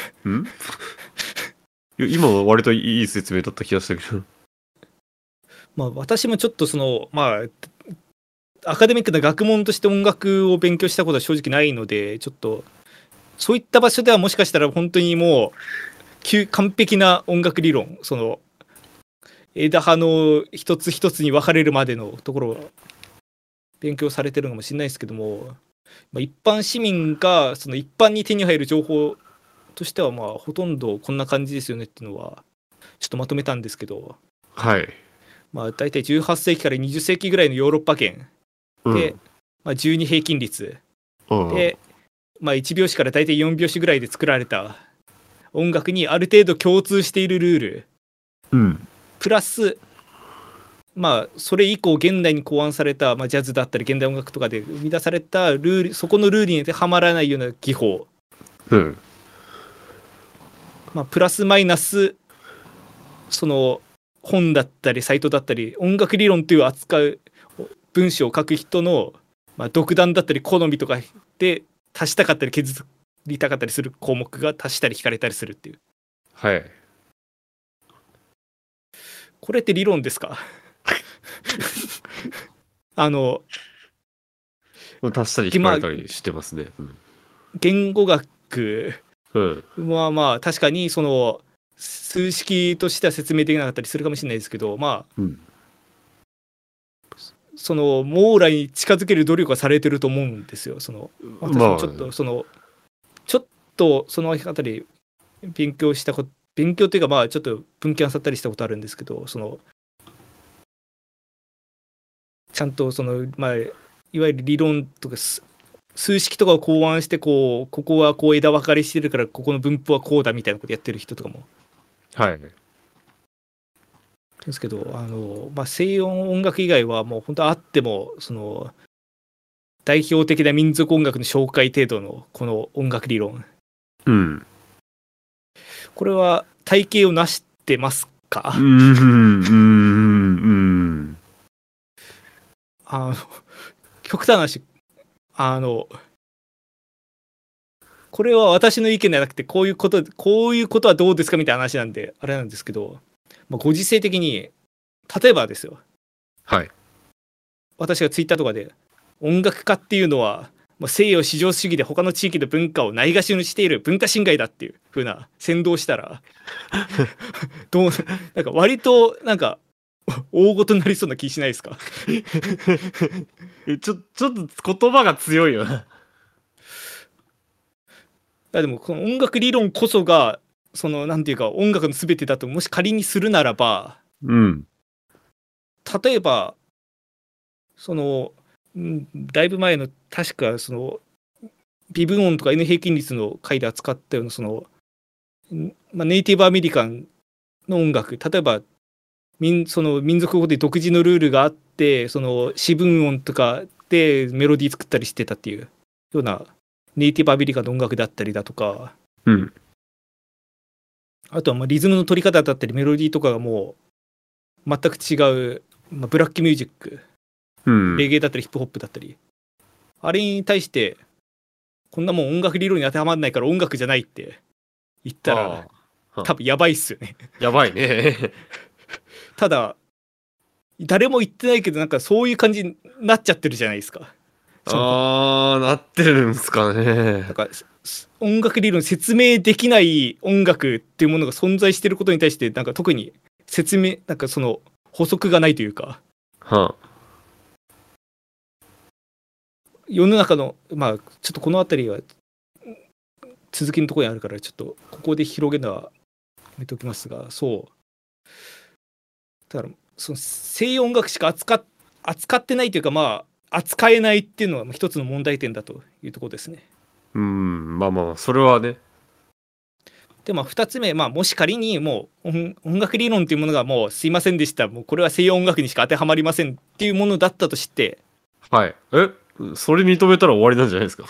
いや今は割といい説明だった気がしたけどまあ私もちょっとそのまあアカデミックな学問として音楽を勉強したことは正直ないのでちょっとそういった場所ではもしかしたら本当にもう完璧な音楽理論その枝葉の一つ一つに分かれるまでのところを勉強されてるのかもしれないですけども、まあ、一般市民がその一般に手に入る情報としてはまあほとんどこんな感じですよねっていうのはちょっとまとめたんですけど、 はいまあ大体18世紀から20世紀ぐらいのヨーロッパ圏で、まあ、12平均率で、まあ、1拍子から大体4拍子ぐらいで作られた音楽にある程度共通しているルール、プラスまあそれ以降現代に考案された、まあ、ジャズだったり現代音楽とかで生み出されたルールそこのルールに当てはまらないような技法、まあ、プラスマイナスその本だったりサイトだったり音楽理論という扱う文章を書く人の、まあ、独断だったり好みとかで足したかったり削りたかったりする項目が足したり引かれたりするっていう。 はいこれって理論ですか足したり引かれたりしてますね、 言語学はまあ確かにその数式としては説明できなかったりするかもしれないですけどまあ、 その網羅に近づける努力はされてると思うんですよ。その私もちょっとそのあたり勉強っていうかまあちょっと文献あさったりしたことあるんですけど、そのちゃんとそのまあいわゆる理論とか数式とかを考案してここはこう枝分かれしてるからここの分布はこうだみたいなことやってる人とかもはいですけど、まあ、西洋音楽以外はもう本当あってもその代表的な民族音楽の紹介程度のこの音楽理論、 うん、 これは体系を成してますか？極端な話、これは私の意見じゃなくてこういうことはどうですかみたいな話なんであれなんですけど、まあ、ご時世的に例えばですよ、 はい、 私がツイッターとかで音楽家っていうのは西洋至上主義で他の地域の文化をないがしろにしている文化侵害だっていう風な扇動したらなんか割となんか大事になりそうな気しないですか？ ちょっと言葉が強いよな。 でもこの音楽理論こそがそのなんていうか音楽の全てだともし仮にするならば、 うん、 例えばそのだいぶ前の確かその微分音とか N 平均率の回で扱ったようなその、まあ、ネイティブアメリカンの音楽、例えばその民族語で独自のルールがあってその四分音とかでメロディー作ったりしてたっていうようなネイティブアメリカンの音楽だったりだとか、 うん、 あとはまあリズムの取り方だったりメロディーとかがもう全く違う、まあ、ブラックミュージック、 うん、 レゲエだったりヒップホップだったり、あれに対してこんなもん音楽理論に当てはまらないから音楽じゃないって言ったら多分やばいっすよね。 やばいね。 ただ誰も言ってないけどなんかそういう感じになっちゃってるじゃないですか。 なってるんすかね。 なんか音楽理論説明できない音楽っていうものが存在していることに対してなんか特になんかその補足がないというか、世の中のまあちょっとこの辺りは続きのところにあるからちょっとここで広げるのはやめておきますが、そうだからその西洋音楽しか扱ってないというか、まあ扱えないっていうのは一つの問題点だというところですね。 まあそれはね。 でまあ2つ目、まあ、もし仮にもう音楽理論というものがもうすいませんでした、もうこれは西洋音楽にしか当てはまりませんっていうものだったとして、 はい、それ認めたら終わりなんじゃないですか。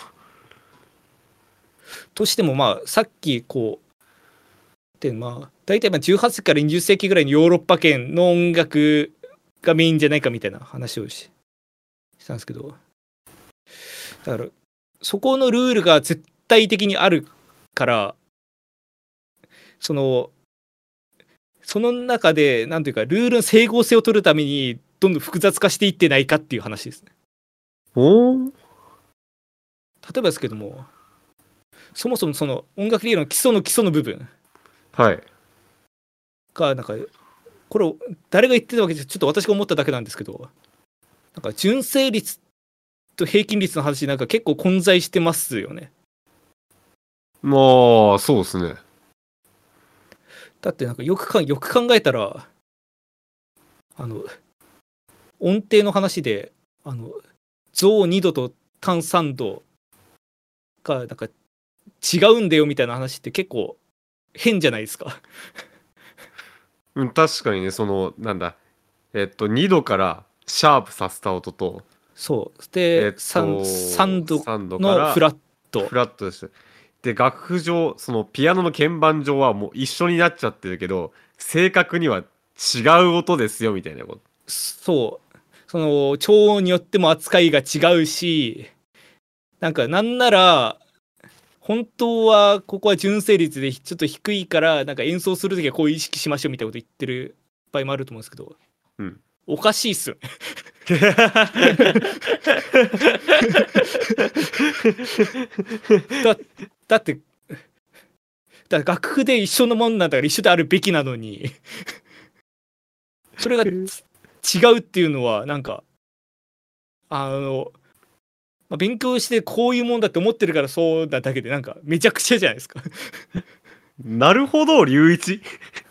としてもまあさっきこうでまあ大体18世紀から20世紀ぐらいのヨーロッパ圏の音楽がメインじゃないかみたいな話をしたんですけど、だからそこのルールが絶対的にあるから、その中でなんていうかルールの整合性を取るためにどんどん複雑化していってないかっていう話ですね。例えばですけども、そもそもその音楽理論の基礎の部分がなんかこれ誰が言ってたわけじゃちょっと私が思っただけなんですけど、なんか純正率と平均率の話なんか結構混在してますよね。 まあそうですね。 だってなんかよく考えたら音程の話で増2度と単3度がなんか違うんだよみたいな話って結構変じゃないですか。 確かにね、そのなんだ2度からシャープさせた音と、 そうで、3度のフラットです。で楽譜上そのピアノの鍵盤上はもう一緒になっちゃってるけど正確には違う音ですよみたいなこと。 そうその調音によっても扱いが違うし、なんなら本当はここは純正率でちょっと低いからなんか演奏するときはこう意識しましょうみたいなこと言ってる場合もあると思うんですけど、おかしいっすよね。だって楽譜で一緒のもんなんだから一緒であるべきなのにそれが違うっていうのはなんか勉強してこういうもんだって思ってるからそうだだけでなんかめちゃくちゃじゃないですか。 なるほど、龍一。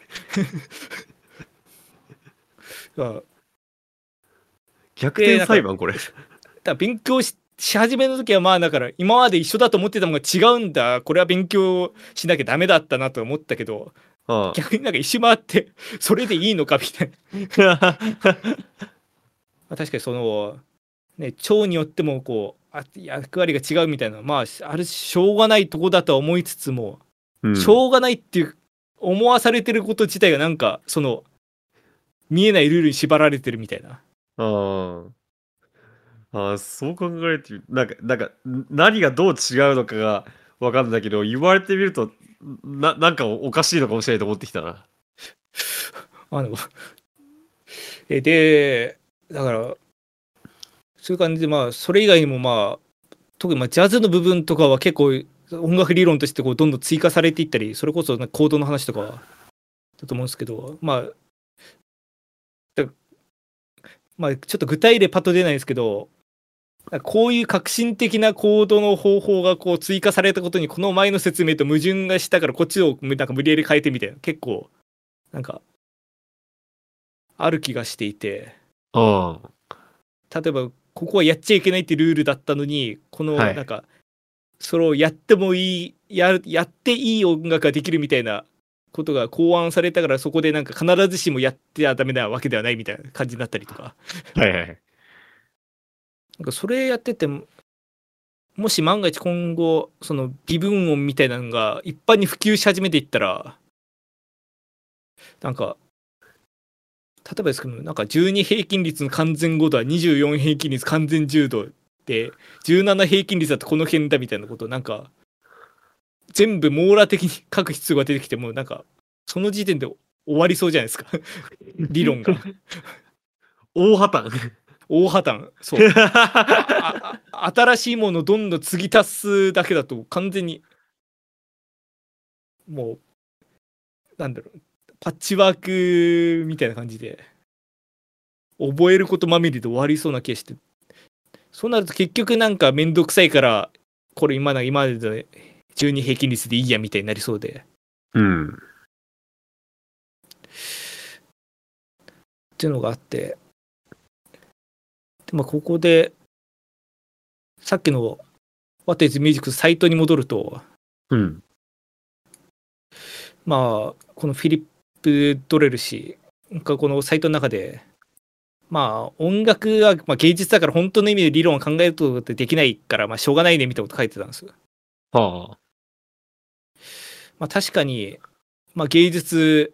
逆転裁判これ。 だから勉強し始めの時はまあだから今まで一緒だと思ってたものが違うんだ、これは勉強しなきゃダメだったなと思ったけど、逆になんか一周回ってそれでいいのかみたいな。確かにそのね、蝶によってもこう役割が違うみたいな、まああるしょうがないとこだとは思いつつも、しょうがないっていう思わされてること自体がなんかその見えないルールに縛られてるみたいな。 そう考えるとなんか何がどう違うのかが分かんないけど、言われてみるとなんかおかしいのかもしれないと思ってきたな。 でだからそういう感じで、まあそれ以外にもまあ特にまあジャズの部分とかは結構音楽理論としてこうどんどん追加されていったり、それこそコードの話とかはだと思うんですけど、まあちょっと具体例パッと出ないですけど、こういう革新的なコードの方法がこう追加されたことにこの前の説明と矛盾がしたからこっちをなんか無理やり変えてみたいな、結構なんかある気がしていて、例えばここはやっちゃいけないってルールだったのに、このなんか、それをやってもいいやっていい音楽ができるみたいなことが考案されたから、そこでなんか必ずしもやってはダメなわけではないみたいな感じになったりとか。なんかそれやっててもし万が一今後その微分音みたいなのが一般に普及し始めていったら、なんか例えばですけど、なんか12平均率の完全5度は24平均率完全10度で、17平均率だとこの辺だみたいなことをなんか全部網羅的に書く必要が出てきても、なんかその時点で終わりそうじゃないですか理論が。 大破綻。 大破綻。そう新しいものをどんどん継ぎ足すだけだと完全にもうなんだろう、パッチワークみたいな感じで覚えることまみれで終わりそうな気がして、そうなると結局なんかめんどくさいからこれ今までで12平均率でいいやみたいになりそうで、っていうのがあって、でまあここでさっきの What is Music サイトに戻ると、まあこのフィリップ・ドレル氏がこのサイトの中で、まあ音楽はまあ芸術だから本当の意味で理論を考えることってできないからまあしょうがないねみたいなこと書いてたんですよ。まあ確かに、まあ、芸術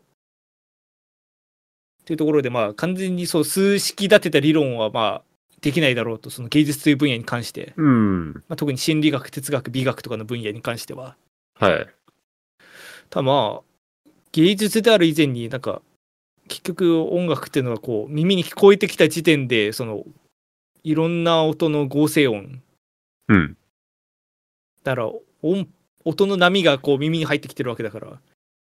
っていうところでまあ完全にそう数式立てた理論はまあできないだろうと、その芸術という分野に関して、まあ、特に心理学、哲学、美学とかの分野に関しては。ただまあ芸術である以前になんか結局音楽っていうのはこう耳に聞こえてきた時点でそのいろんな音の合成音、だから音の波がこう耳に入ってきてるわけだから、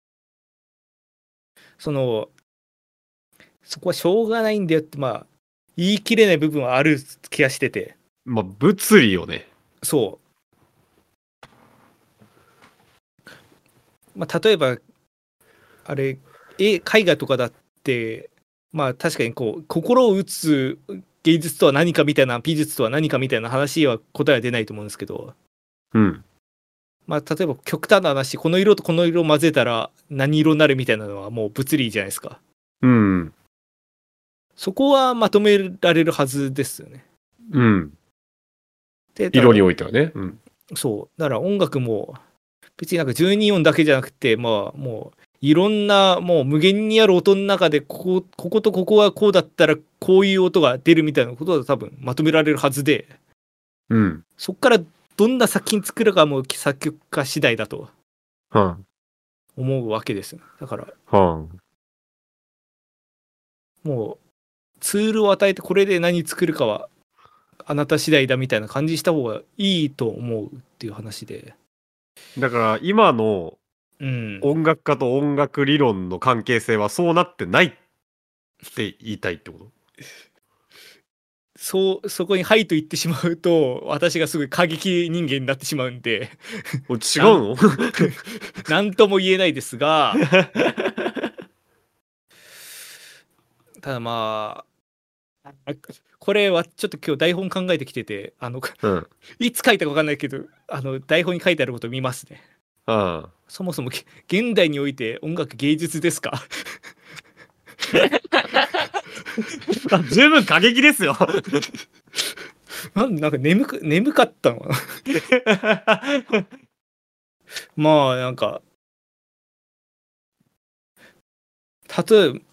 そこはしょうがないんだよってまあ言い切れない部分はある気がしてて、 まあ物理よね。 そう、まあ、例えばあれ絵画とかだってまあ確かにこう心を打つ芸術とは何かみたいな、美術とは何かみたいな話は答えは出ないと思うんですけど、まあ例えば極端な話、この色とこの色を混ぜたら何色になるみたいなのはもう物理じゃないですか。そこはまとめられるはずですよね。 で色においてはね。 そうだから音楽も別になんか12音だけじゃなくて、まあもういろんなもう無限にある音の中でこことここはこうだったらこういう音が出るみたいなことは多分まとめられるはずで、そっからどんな作品作るかも作曲家次第だと思うわけです。だからもうツールを与えてこれで何作るかはあなた次第だみたいな感じした方がいいと思うっていう話で、 だから今の音楽家と音楽理論の関係性はそうなってないって言いたいってこと？ そこに「はい」と言ってしまうと私がすごい過激人間になってしまうんで違うの何とも言えないですがただまあこれはちょっと今日台本考えてきててうん。 いつ書いたか分かんないけど台本に書いてあることを見ますね。 うん。 そもそも現代において音楽芸術ですか十分過激ですよ。 なんか眠かったのかなまあなんか例えば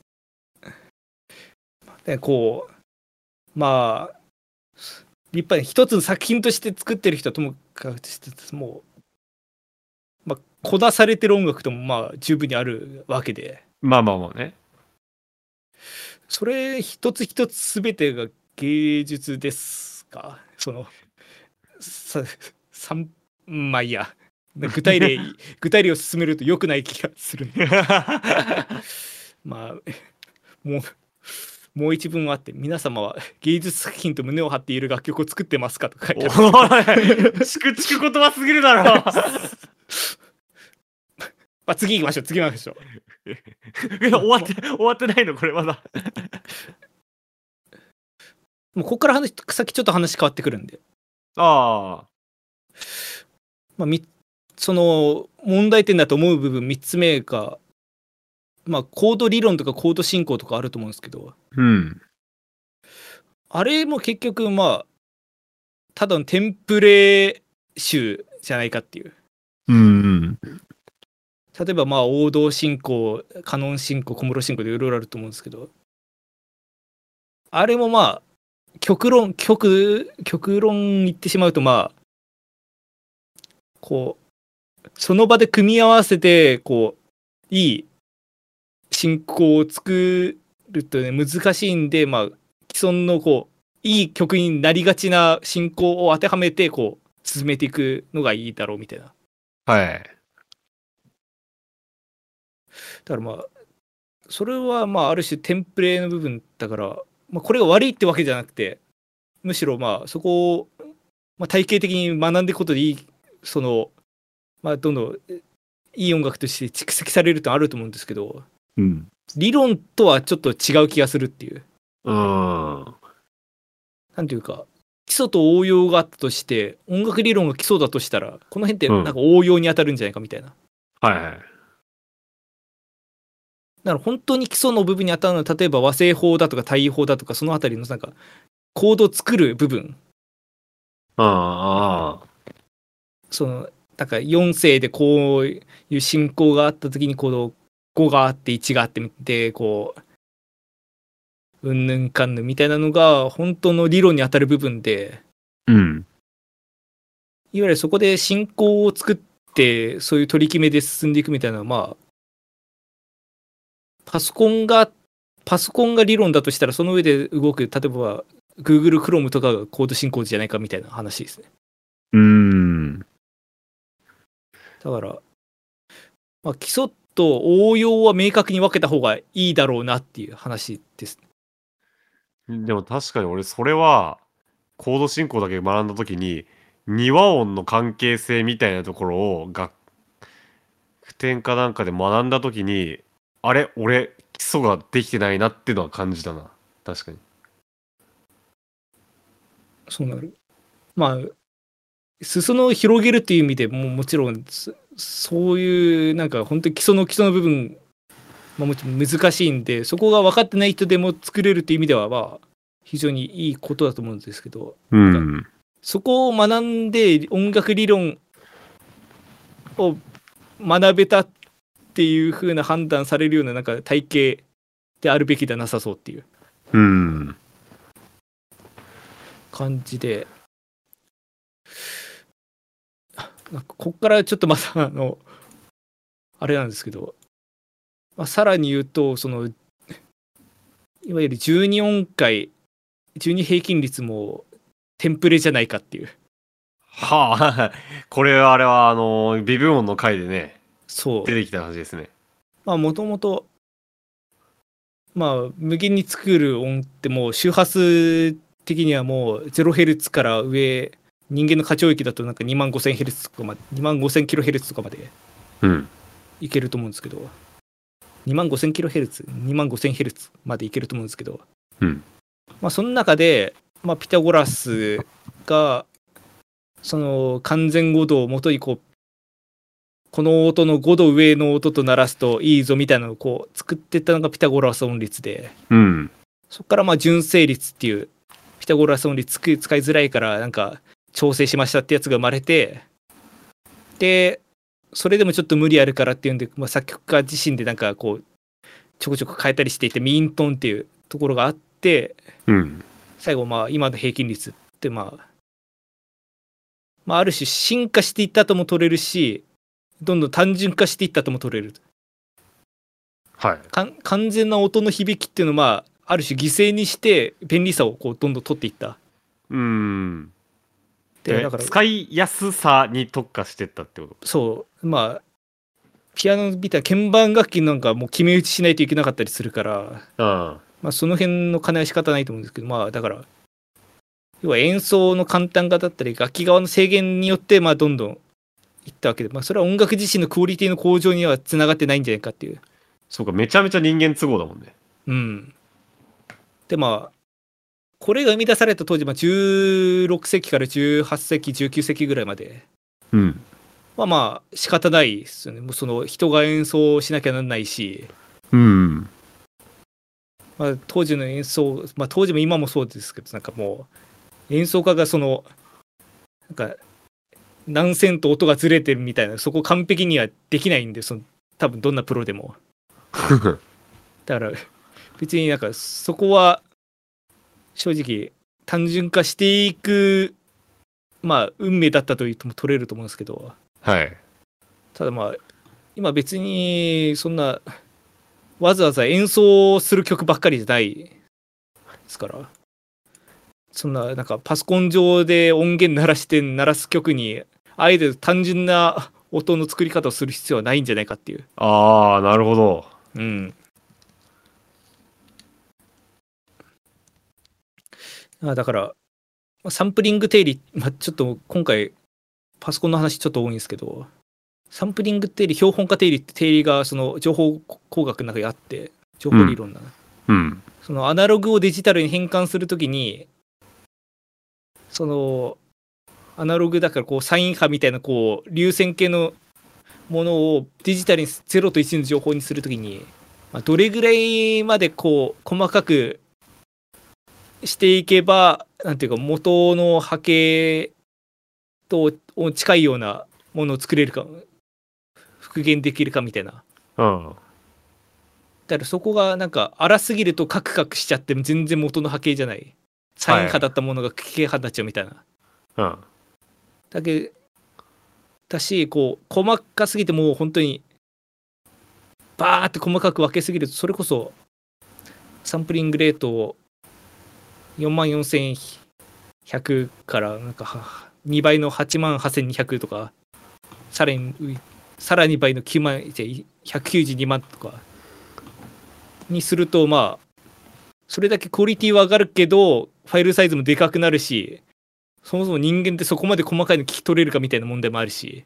ねこうまあ立派に一つの作品として作ってる人はともかくしてもうこなされてる音楽ともまあ十分にあるわけで、 まあまあまあね。 それ一つ一つ全てが芸術ですか。三まあいいや具体例を進めると良くない気がするまあもう一文あって、皆様は芸術作品と胸を張っている楽曲を作ってますかと書いてある。 おい、チクチク言葉すぎるだろ。 次行きましょう。 終わってないのこれまだ。 もうここから先ちょっと話変わってくるんで。 あまあ、その問題点だと思う部分3つ目が、まあ、コード理論とかコード進行とかあると思うんですけど、 うん。 あれも結局まあただのテンプレ集じゃないかっていう。 うん。 例えばまあ王道進行、カノン進行、小室進行でいろいろあると思うんですけど、あれもまあ極論言ってしまうとまあこうその場で組み合わせてこういい進行を作るとね難しいんで、まあ既存のこういい曲になりがちな進行を当てはめてこう進めていくのがいいだろうみたいな。 はい。 だからまあそれはまあある種テンプレの部分だから、まあ、これが悪いってわけじゃなくて、むしろまあそこを、まあ、体系的に学んでいくことでいいまあどんどんいい音楽として蓄積されるってあると思うんですけど、 うん。 理論とはちょっと違う気がするっていう。 なんていうか基礎と応用があったとして音楽理論が基礎だとしたらこの辺ってなんか応用に当たるんじゃないかみたいな。 はいはい。 だから本当に基礎の部分に当たるのは例えば和製法だとか対位法だとかそのあたりのなんかコードを作る部分、だから4声でこういう進行があった時にこの5があって1があってみてこううんぬんかんぬんみたいなのが本当の理論に当たる部分で、 うん。 いわゆるそこで進行を作ってそういう取り決めで進んでいくみたいなのはまあパソコンが理論だとしたらその上で動く例えば Google Chrome とかがコード進行じゃないかみたいな話ですね。だから、まあ、基礎と応用は明確に分けた方がいいだろうなっていう話です。 でも確かに俺それはコード進行だけ学んだ時に2和音の関係性みたいなところを普天かなんかで学んだ時にあれ俺基礎ができてないなっていうのは感じたな。確かに。 そうなる。まあ裾野を広げるっていう意味でもちろんそういうなんか本当に基礎の部分、まあ、もちろん難しいんでそこが分かってない人でも作れるっていう意味ではまあ非常にいいことだと思うんですけど、そこを学んで音楽理論を学べたっていう風な判断されるようななんか体系であるべきではなさそうっていう感じで、なんかこっからちょっとまたあれなんですけど、まあ、さらに言うといわゆる12音階12平均率もテンプレじゃないかっていう。 はあこれはあれは微分音の回でねそう出てきた話ですね。 まあもともとまあ無限に作る音ってもう周波数的にはもう 0Hz から上、人間の過聴域だとなんか25000Hz とかまで、25000kHz とかまでいけると思うんですけど、25000kHz、25000Hz までいけると思うんですけど、まあその中で、まあ、ピタゴラスがその完全5度をもとにこう、この音の5度上の音と鳴らすといいぞみたいなのをこう作っていったのがピタゴラス音律で、そこからまあ純正律っていうピタゴラス音律使いづらいからなんか調整しましたってやつが生まれて、でそれでもちょっと無理あるからっていうんで、まあ、作曲家自身でなんかこうちょこちょこ変えたりしていて、ミーントンっていうところがあって、最後まあ今の平均率ってまあある種進化していったとも取れるし、どんどん単純化していったとも取れる。完全な音の響きっていうのをまあある種犠牲にして便利さをこうどんどん取っていった。 でだから使いやすさに特化してったってこと。 そうまあピアノみたいな鍵盤楽器なんかもう決め打ちしないといけなかったりするから、まあその辺の兼ね合い仕方ないと思うんですけど、まあだから要は演奏の簡単化だったり楽器側の制限によってまあどんどんいったわけで、まあそれは音楽自身のクオリティの向上にはつながってないんじゃないかっていう。 そうか、めちゃめちゃ人間都合だもんね。 でまあこれが生み出された当時、まあ、16世紀から18世紀19世紀ぐらいまで、まあ仕方ないですよね。もうその人が演奏しなきゃならないし、まあ、当時の演奏、まあ当時も今もそうですけど、なんかもう演奏家がそのなんか何セント音がずれてるみたいな、そこ完璧にはできないんで、その多分どんなプロでもだから別になんかそこは正直単純化していくまあ運命だったと言っても取れると思うんですけど、ただまあ今別にそんなわざわざ演奏する曲ばっかりじゃないですから、そんななんかパソコン上で音源鳴らして鳴らす曲にあえて単純な音の作り方をする必要はないんじゃないかっていう。 なるほど。 だからサンプリング定理、ちょっと今回パソコンの話ちょっと多いんですけど、サンプリング定理、標本化定理って定理がその情報工学の中にあって、情報理論なの、そのアナログをデジタルに変換するときに、そのアナログだからこうサイン波みたいなこう流線形のものをデジタルに0と1の情報にするときに、どれぐらいまでこう細かくしていけばなんていうか元の波形と近いようなものを作れるか、復元できるかみたいな。だからそこがなんか荒すぎるとカクカクしちゃって全然元の波形じゃないサイン波だったものが奇形波になっちゃうみたいな。だけだしこう細かすぎてもう本当にバーって細かく分けすぎるとそれこそサンプリングレートを44100からなんか2倍の88200とかさらに倍の9万192万とかにすると、まあそれだけクオリティは上がるけどファイルサイズもでかくなるし、そもそも人間ってそこまで細かいの聞き取れるかみたいな問題もあるし、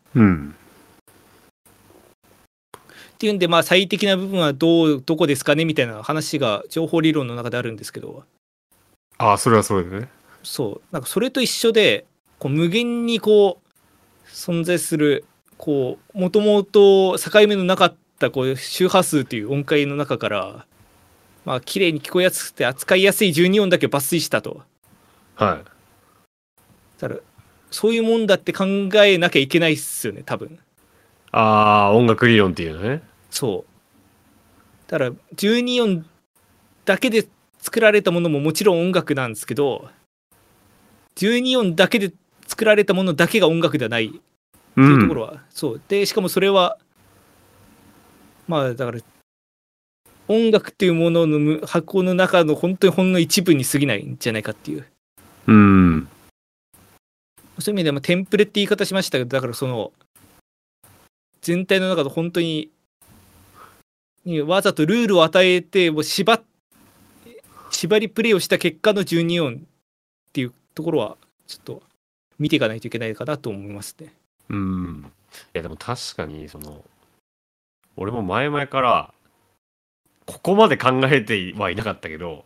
っていうんで、まあ最適な部分はどこですかねみたいな話が情報理論の中であるんですけど、 それはそれでね。 そうなんかそれと一緒でこう無限にこう存在するこうもともと境目のなかったこう周波数という音階の中からまあ綺麗に聞こえやすくて扱いやすい12音だけ抜粋したと。だからそういうもんだって考えなきゃいけないっすよね多分。 音楽理論っていうのね。 そうだから12音だけで作られたものももちろん音楽なんですけど、12音だけで作られたものだけが音楽ではないっていうところは、そうでしかもそれはまあだから音楽っていうものの箱の中の本当にほんの一部に過ぎないんじゃないかっていう。そういう意味でもテンプレって言い方しましたけど、だからその全体の中で本当にわざとルールを与えてもう縛りプレイをした結果の12音っていうところはちょっと見ていかないといけないかなと思いますね。 いやでも確かに俺も前々からここまで考えてはいなかったけど、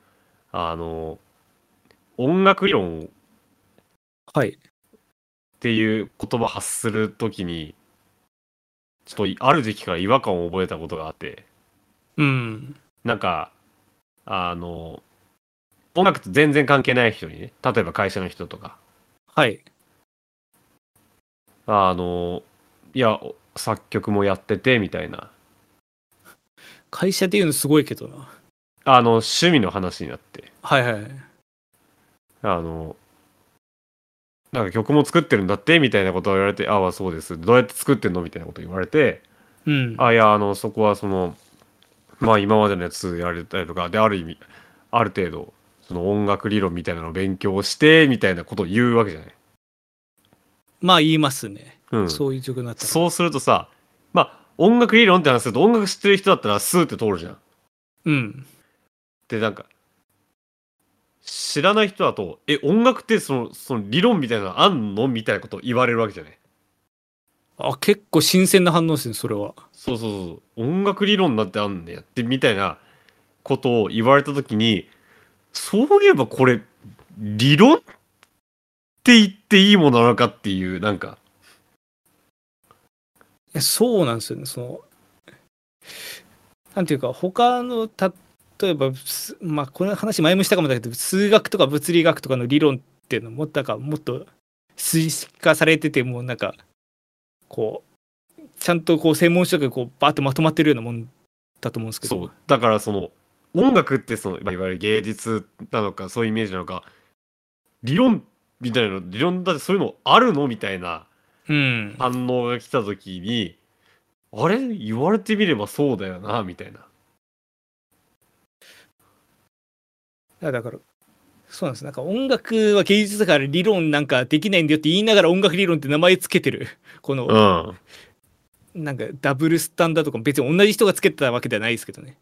音楽理論っはい。 ていう言葉発するときに、ちょっとある時期から違和感を覚えたことがあって、なんか、音楽と全然関係ない人にね、例えば会社の人とか、 はい。 いや、作曲もやってて、みたいな、 会社で言うのすごいけどな。 趣味の話になって、 はいはい。 なんか曲も作ってるんだってみたいなことを言われて、ああ、そうです。どうやって作ってんのみたいなこと言われて、いや、そこはまあ今までのやつやれたりとか、で、ある意味、ある程度、その音楽理論みたいなのを勉強して、みたいなことを言うわけじゃない。 まあ言いますね。 うん。 そういう状況になったら。 そうするとさ、まあ、音楽理論って話すると音楽知ってる人だったらスーって通るじゃん。で、なんか、知らない人だと、音楽ってその理論みたいなのあんのみたいなことを言われるわけじゃない。 結構新鮮な反応ですね、それは。 そうそうそう。音楽理論なんてあんねやってみたいなことを言われたときに、そういえばこれ、理論って言っていいものなのかっていう、なんか。 そうなんですよね。なんていうか、他の、例えば、まあ、この話前もしたかもだけど、数学とか物理学とかの理論っていうのも、なんかもっと数式化されてて、もうなんか、こう、ちゃんとこう、専門書がこう、バーッとまとまってるようなもんだと思うんですけど。 そう。だから音楽ってまあいわゆる芸術なのか、そういうイメージなのか、理論みたいなの、理論だってそういうのあるのみたいな反応が来たときに、あれ言われてみればそうだよな、みたいな。 だから、そうなんです。なんか音楽は芸術だから理論なんかできないんだよって言いながら音楽理論って名前つけてる。この、なんかダブルスタンダードとかも別に同じ人がつけてたわけではないですけどね。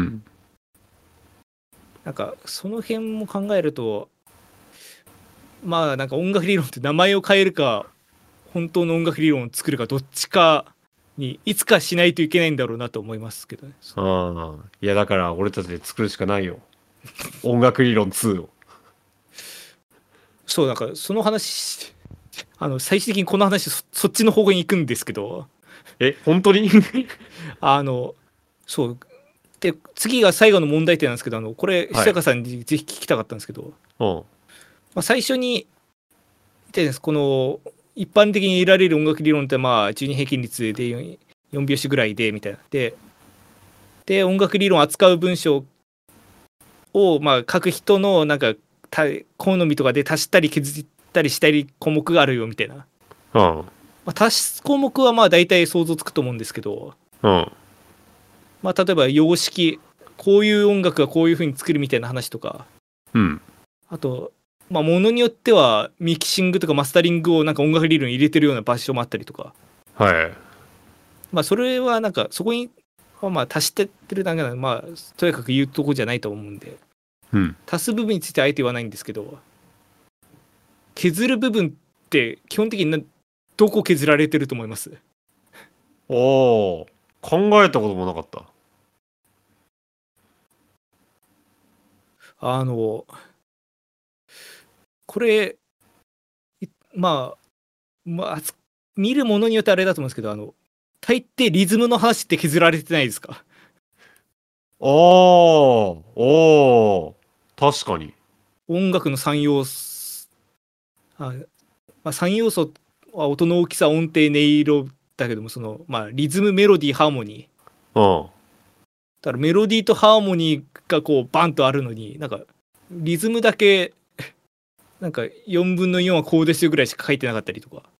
なんかその辺も考えると、まあなんか音楽理論って名前を変えるか、本当の音楽理論を作るかどっちかにいつかしないといけないんだろうなと思いますけどね。 いやだから俺たちで作るしかないよ。音楽理論2を。 そう、なんかその話、最終的にこの話そっちの方向に行くんですけど、 本当にそう。で、次が最後の問題点なんですけど、これ、 はい久坂さんにぜひ聞きたかったんですけど、まあ、最初に言ったんです。この、一般的に得られる音楽理論って、まあ、12平均率で4拍子ぐらいで、みたいな。で、音楽理論を扱う文章を、まあ、書く人の、なんか、好みとかで足したり削ったりしたり項目があるよ、みたいな。まあ、足す項目は、まあ、大体想像つくと思うんですけど、まあ、例えば様式、こういう音楽がこういう風に作るみたいな話とか、あと、まあ、ものによってはミキシングとかマスタリングをなんか音楽理論に入れてるような場所もあったりとか、まあ、それはなんかそこにまあ足してってるだけなので、まあ、とにかく言うとこじゃないと思うんで、足す部分についてはあえて言わないんですけど、削る部分って基本的にどこ削られてると思います？ 考えたこともなかった。 これ、まあ、見るものによってあれだと思うんですけど、大抵リズムの話って削られてないですか？ 確かに。 音楽の3要素、まあ、3要素は音の大きさ、音程、音色だけども、まあ、リズム、メロディー、ハーモニー。だからメロディーとハーモニーがこうバンとあるのに、なんかリズムだけなんか4分の4はコード数ぐらいしか書いてなかったりとか。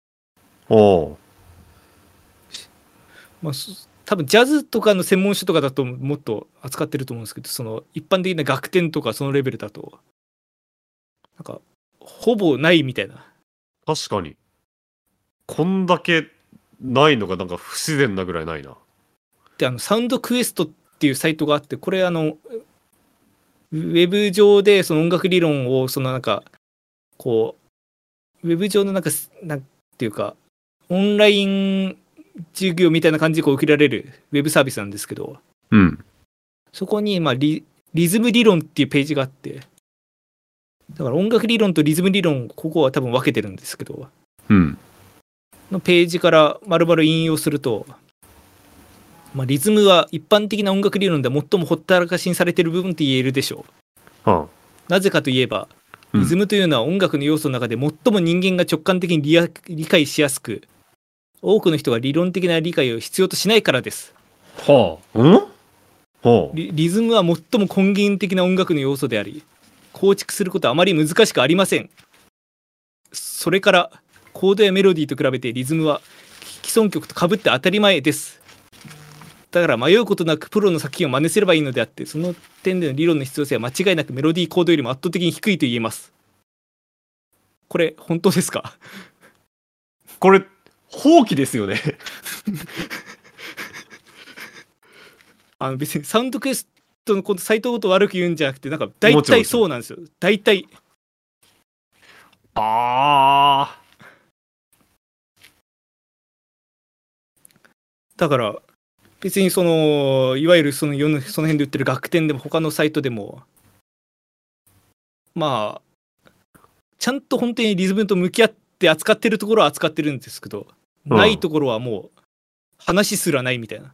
まあ、多分ジャズとかの専門書とかだともっと扱ってると思うんですけど、一般的な楽典とかそのレベルだとなんかほぼないみたいな。 確かに。こんだけないのがなんか不自然なぐらいないな。 で、サウンドクエストっていうサイトがあって、これウェブ上でその音楽理論をなんかこうウェブ上のなんていうかオンライン授業みたいな感じでこう受けられるウェブサービスなんですけど、 うん。 そこにリズム理論っていうページがあって、だから音楽理論とリズム理論、ここは多分分けてるんですけど、 うん。 のページから丸々引用すると、リズムは一般的な音楽理論で最もほったらかしにされている部分と言えるでしょう。 はなぜかといえば、リズムというのは音楽の要素の中で最も人間が直感的に理解しやすく、多くの人が理論的な理解を必要としないからです。 はあ。 リズムは最も根源的な音楽の要素であり、構築することはあまり難しくありません。それからコードやメロディーと比べてリズムは既存曲と被って当たり前です。だから迷うことなくプロの作品を真似すればいいのであって、その点での理論の必要性は間違いなくメロディーコードよりも圧倒的に低いと言えます。これ本当ですか？ これ放棄ですよね。 別にサウンドクエストのサイトごと悪く言うんじゃなくて、なんか大体そうなんですよ。大体。だから別にいわゆるその辺で売ってる楽天でも他のサイトでもちゃんと本当にリズムと向き合って扱ってるところは扱ってるんですけど、ないところはもう話すらないみたいな。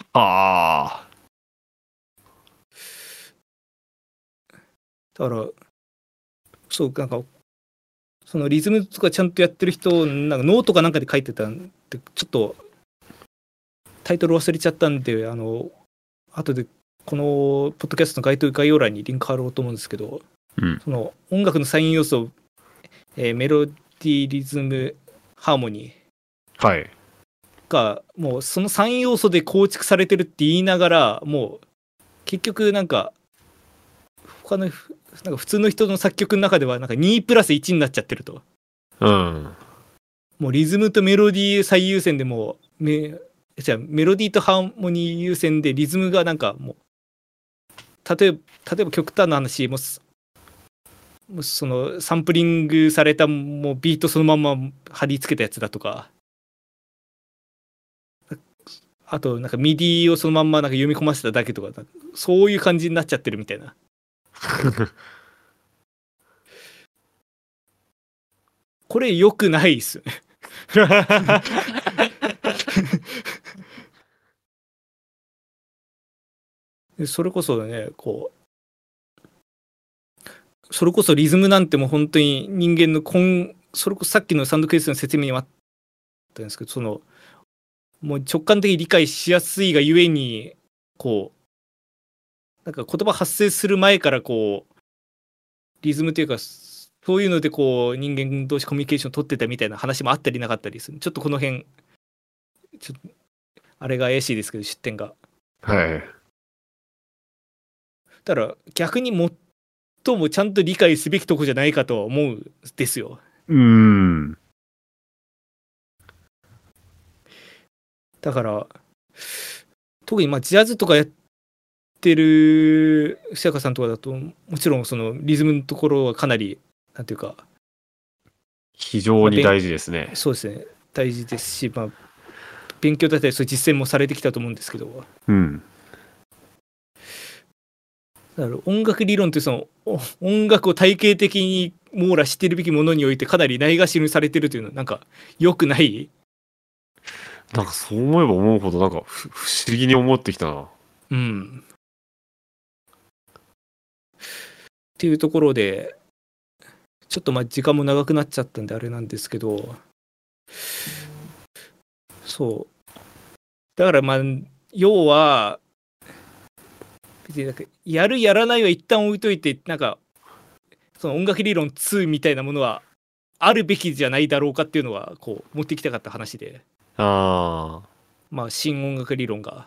だからそうなんかそのリズムとかちゃんとやってる人なんかノートかなんかで書いてたんで、ちょっとタイトル忘れちゃったんで後でこのポッドキャストの概要欄にリンク貼ろうと思うんですけど、その音楽のサイン要素、メロディーリズムハーモニーがもうその3要素で構築されてるって言いながら、もう結局なんか他のなんか普通の人の作曲の中ではなんか2プラス1になっちゃってると。もうリズムとメロディー最優先でもメロディーとハーモニー優先でリズムがなんかもう例えば極端な話もうそのサンプリングされたもうビートそのまま貼り付けたやつだとか、あとなんかミディをそのまんまなんか読み込ませただけとか、そういう感じになっちゃってるみたいな。これ良くないっすよね。それこそね、それこそリズムなんてもう本当に人間のそれこそさっきのサウンドクエストの説明にもあったんですけど、もう直感的に理解しやすいがゆえになんか言葉発生する前からリズムというかそういうので人間同士コミュニケーション取ってたみたいな話もあったりなかったりする。ちょっとこの辺ちょっとあれが怪しいですけど、出典が。だから逆に最もちゃんと理解すべきとこじゃないかとは思うんですよ。だから特にジャズとかやってる久坂さんとかだと、もちろんそのリズムのところはかなりなんていうか非常に大事ですね。 そうですね、大事ですし、勉強だったりそういう実践もされてきたと思うんですけど、だから音楽理論ってその音楽を体系的に網羅しているべきものにおいてかなりないがしろにされてるというのはなんか良くない。 なんかそう思えば思うほどなんか不思議に思ってきたな。 っていうところでちょっと時間も長くなっちゃったんであれなんですけど、そうだから要は別になんかやるやらないは一旦置いといて、なんかその音楽理論2みたいなものはあるべきじゃないだろうかっていうのは持ってきたかった話で、新音楽理論が。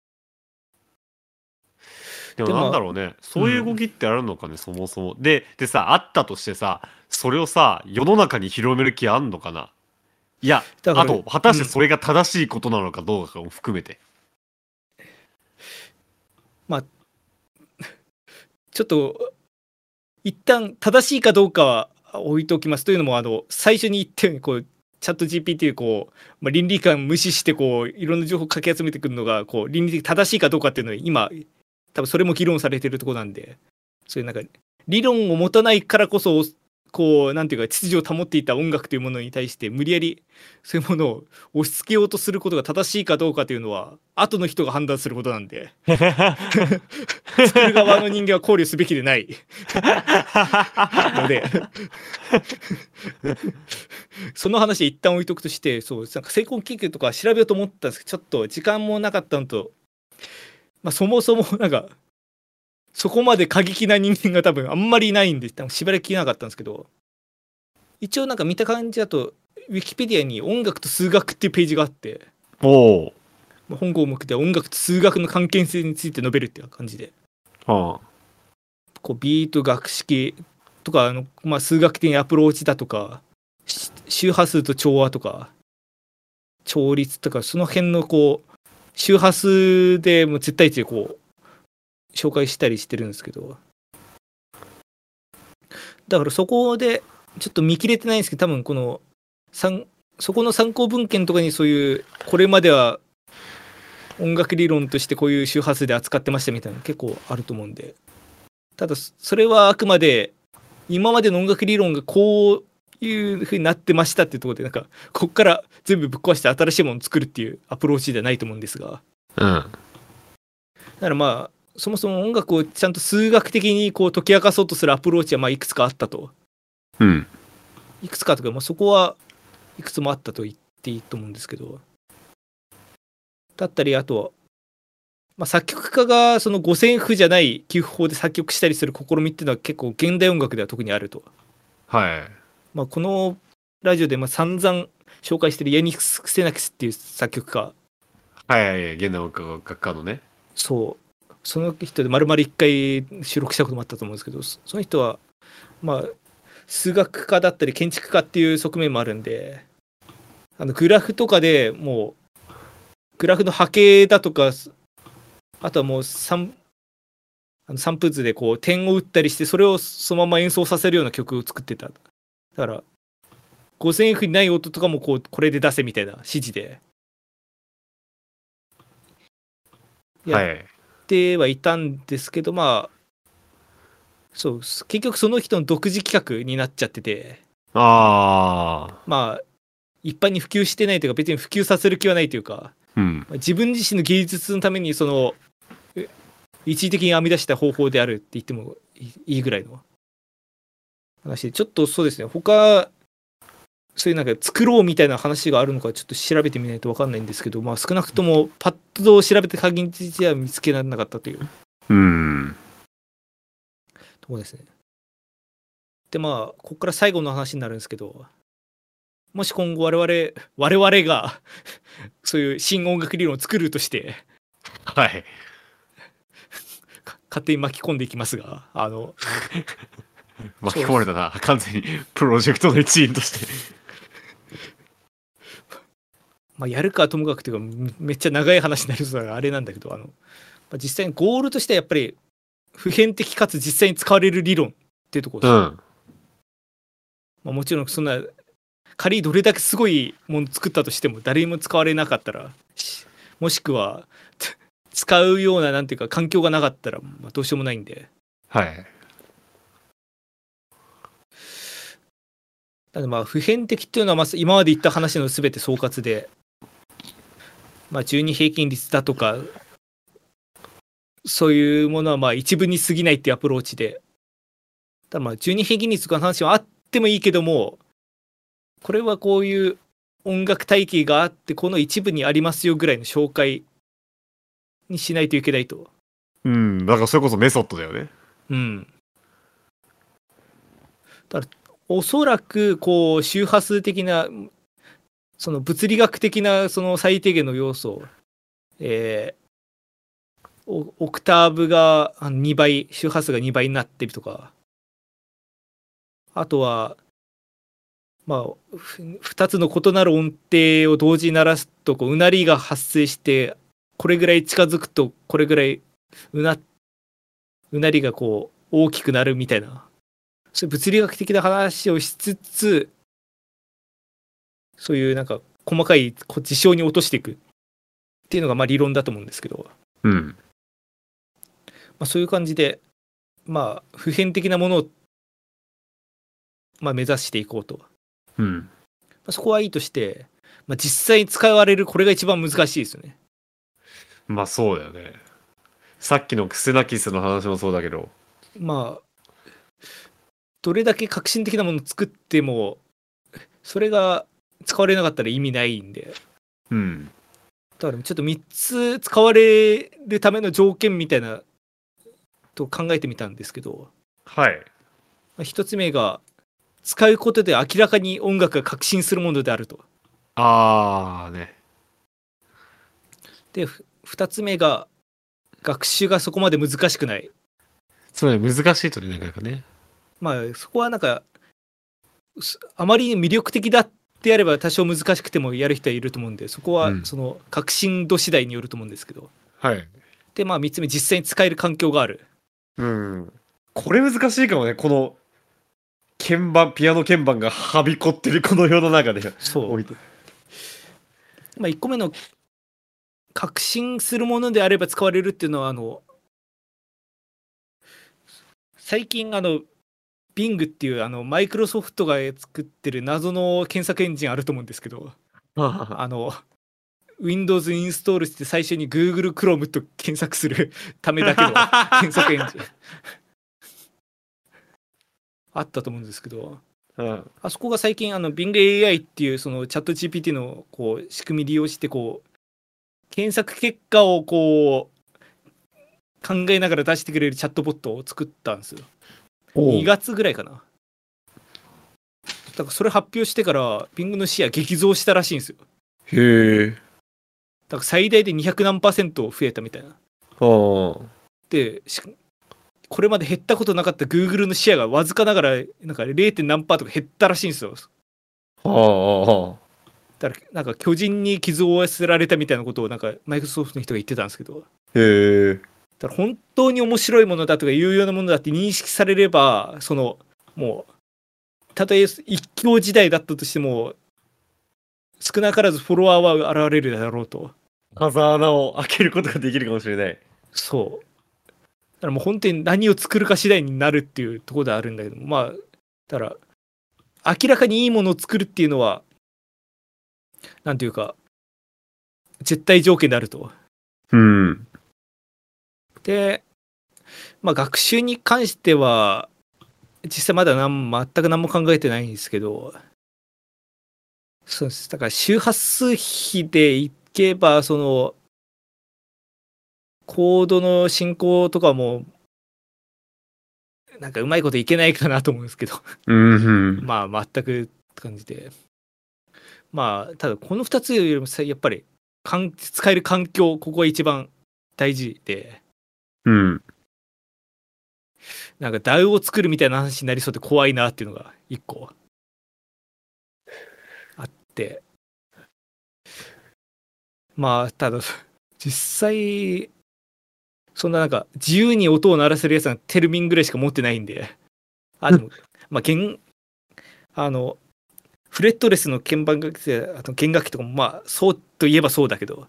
でもなんだろうね、そういう動きってあるのかね、そもそも。でさ、あったとしてさ、それをさ、世の中に広める気あんのかな。いや、あと、果たしてそれが正しいことなのかどうかも含めて。ちょっと一旦正しいかどうかは置いておきます。というのも最初に言ったようにこうチャット GPT こう、倫理観無視してこういろんな情報をかき集めてくるのがこう倫理的正しいかどうかっていうのは今多分それも議論されてるところなんで、そういうなんか理論を持たないからこそこうなんていうか秩序を保っていた音楽というものに対して無理やりそういうものを押し付けようとすることが正しいかどうかというのは後の人が判断することなんで作る側の人間は考慮すべきでないのでその話一旦置いとくとして、そうなんか成功研究とか調べようと思ったんですけどちょっと時間もなかったのと、そもそもなんかそこまで過激な人間が多分あんまりいないんで多分しばらく聞けなかったんですけど、一応なんか見た感じだとウィキペディアに音楽と数学っていうページがあって、 お本項目で音楽と数学の関係性について述べるっていう感じで、 はこうビート学識とか数学的なアプローチだとか周波数と調和とか調律とかその辺のこう周波数でもう絶対値でこう紹介したりしてるんですけど、だからそこでちょっと見切れてないんですけど、多分このそこの参考文献とかにそういうこれまでは音楽理論としてこういう周波数で扱ってましたみたいなの結構あると思うんで、ただそれはあくまで今までの音楽理論がこういう風になってましたっていうところでなんかこっから全部ぶっ壊して新しいものを作るっていうアプローチではないと思うんですが、 うん。 だからそもそも音楽をちゃんと数学的にこう解き明かそうとするアプローチはいくつかあったと。 うん。 いくつかとか、そこはいくつもあったと言っていいと思うんですけど。だったり、あとは、作曲家がその五線譜じゃない記譜法で作曲したりする試みっていうのは結構現代音楽では特にあると。 はい。 このラジオで散々紹介してるヤニクス・クセナキスっていう作曲家。 はい、現代音楽家のね。 そう。その人で丸々一回収録したこともあったと思うんですけど、その人は数学家だったり建築家っていう側面もあるんで、グラフとかでもうグラフの波形だとか、あとはもう散布図でこう点を打ったりしてそれをそのまま演奏させるような曲を作ってた。だから五線譜にない音とかもこれで出せみたいな指示でやってはいたんですけど、そう結局その人の独自企画になっちゃってて、一般に普及してないというか別に普及させる気はないというか、自分自身の芸術のためにその一時的に編み出した方法であるって言ってもいいぐらいの話で、ちょっとそうですね、他そういうなんか作ろうみたいな話があるのかちょっと調べてみないと分かんないんですけど、少なくともパッと調べて限りでは見つけられなかったというところですね。でここから最後の話になるんですけど、もし今後我々がそういう新音楽理論を作るとして、 はい勝手に巻き込んでいきますが、 巻き込まれたな、完全にプロジェクトの一員としてやるかともかくというかめっちゃ長い話になるからあれなんだけど、実際にゴールとしてはやっぱり普遍的かつ実際に使われる理論っていうところです、もちろんそんな仮にどれだけすごいもの作ったとしても誰にも使われなかったら、もしくは使うようななんていうか環境がなかったらどうしようもないんで、なので普遍的っていうのは今まで言った話の全て総括で、12平均率だとかそういうものは一部に過ぎないっていうアプローチで、ただ12平均率とかの話はあってもいいけども、これはこういう音楽体系があってこの一部にありますよぐらいの紹介にしないといけないと。 だからそれこそメソッドだよね。 だからおそらくこう周波数的なその物理学的なその最低限の要素、オクターブが2倍周波数が2倍になってるとか、あとは2つの異なる音程を同時に鳴らすとうなりが発生してこれぐらい近づくとこれぐらいうなりがこう大きくなるみたいな、 そういう物理学的な話をしつつ、そういうなんか細かい事象に落としていくっていうのがまあ理論だと思うんですけど、 うん。 まあ、そういう感じで、まあ、普遍的なものを、まあ、目指していこうと。 うん。 まあ、そこはいいとして、まあ、実際に使われるこれが一番難しいですよね。 まあそうだよね。さっきのクセナキスの話もそうだけど。 まあ、どれだけ革新的なものを作っても、それが使われなかったら意味ないんで。 うん。 だからちょっと3つ使われるための条件みたいなと考えてみたんですけど、 はい。 まあ、1つ目が使うことで明らかに音楽が革新するものであると。 あーね。 で、2つ目が学習がそこまで難しくない。 そうね、難しいとね、なかなかね。 まあそこはなんかあまりに魅力的だってやれば多少難しくてもやる人はいると思うんで、そこはその革新度次第によると思うんですけど。 はい。 でまあ3つ目、実際に使える環境がある。 うん。これ難しいかもね、この鍵盤、ピアノ鍵盤がはびこってるこの世の中で。 そう置いて。 まあ1個目の革新するものであれば使われるっていうのは最近Bing っていうマイクロソフトが作ってる謎の検索エンジンあると思うんですけど、Windows インストールして最初に Google Chrome と検索するためだけの検索エンジンあったと思うんですけど、あそこが最近Bing AI っていうそのチャット GPT のこう仕組み利用してこう検索結果をこう考えながら出してくれるチャットボットを作ったんですよ。2月ぐらいかな。だからそれ発表してからBingのシェア激増したらしいんですよ。 へえ。 だから最大で200何%増えたみたいな。でこれまで減ったことなかった Google のシェアがわずかながらなんか 0. 何パーとか減ったらしいんですよ。だからなんか巨人に傷を負わせられたみたいなことをなんかマイクロソフトの人が言ってたんですけど、 へえ。 だから本当に面白いものだとか有用なものだって認識されれば、そのもうたとえ一強時代だったとしても少なからずフォロワーは現れるだろうと。 風穴を開けることができるかもしれない。 そうだからもう本当に何を作るか次第になるっていうところではあるんだけども、まあだから明らかにいいものを作るっていうのはなんていうか絶対条件であると。 うん。 でまあ学習に関しては実際まだ全く何も考えてないんですけど、そうです。だから周波数比でいけばそのコードの進行とかもなんかうまいこといけないかなと思うんですけどまあ全くって感じで、まあただこの2つよりもやっぱり使える環境、ここが一番大事で、なんか DAO を作るみたいな話になりそうで怖いなっていうのが一個あって、まあただ実際そんななんか自由に音を鳴らせるやつはテルミンぐらいしか持ってないんで、でもまあフレットレスの鍵盤楽器、弦楽器とかもまあそうといえばそうだけど、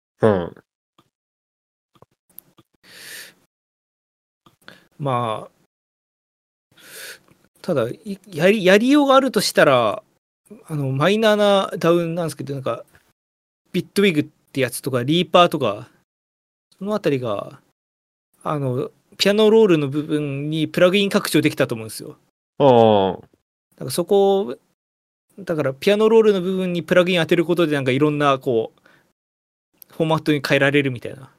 まあただやりようがあるとしたらマイナーなダウンなんですけど、なんかビットウィグってやつとかリーパーとかそのあたりがピアノロールの部分にプラグイン拡張できたと思うんですよ。だからそこだからピアノロールの部分にプラグイン当てることでなんかいろんなこうフォーマットに変えられるみたいな。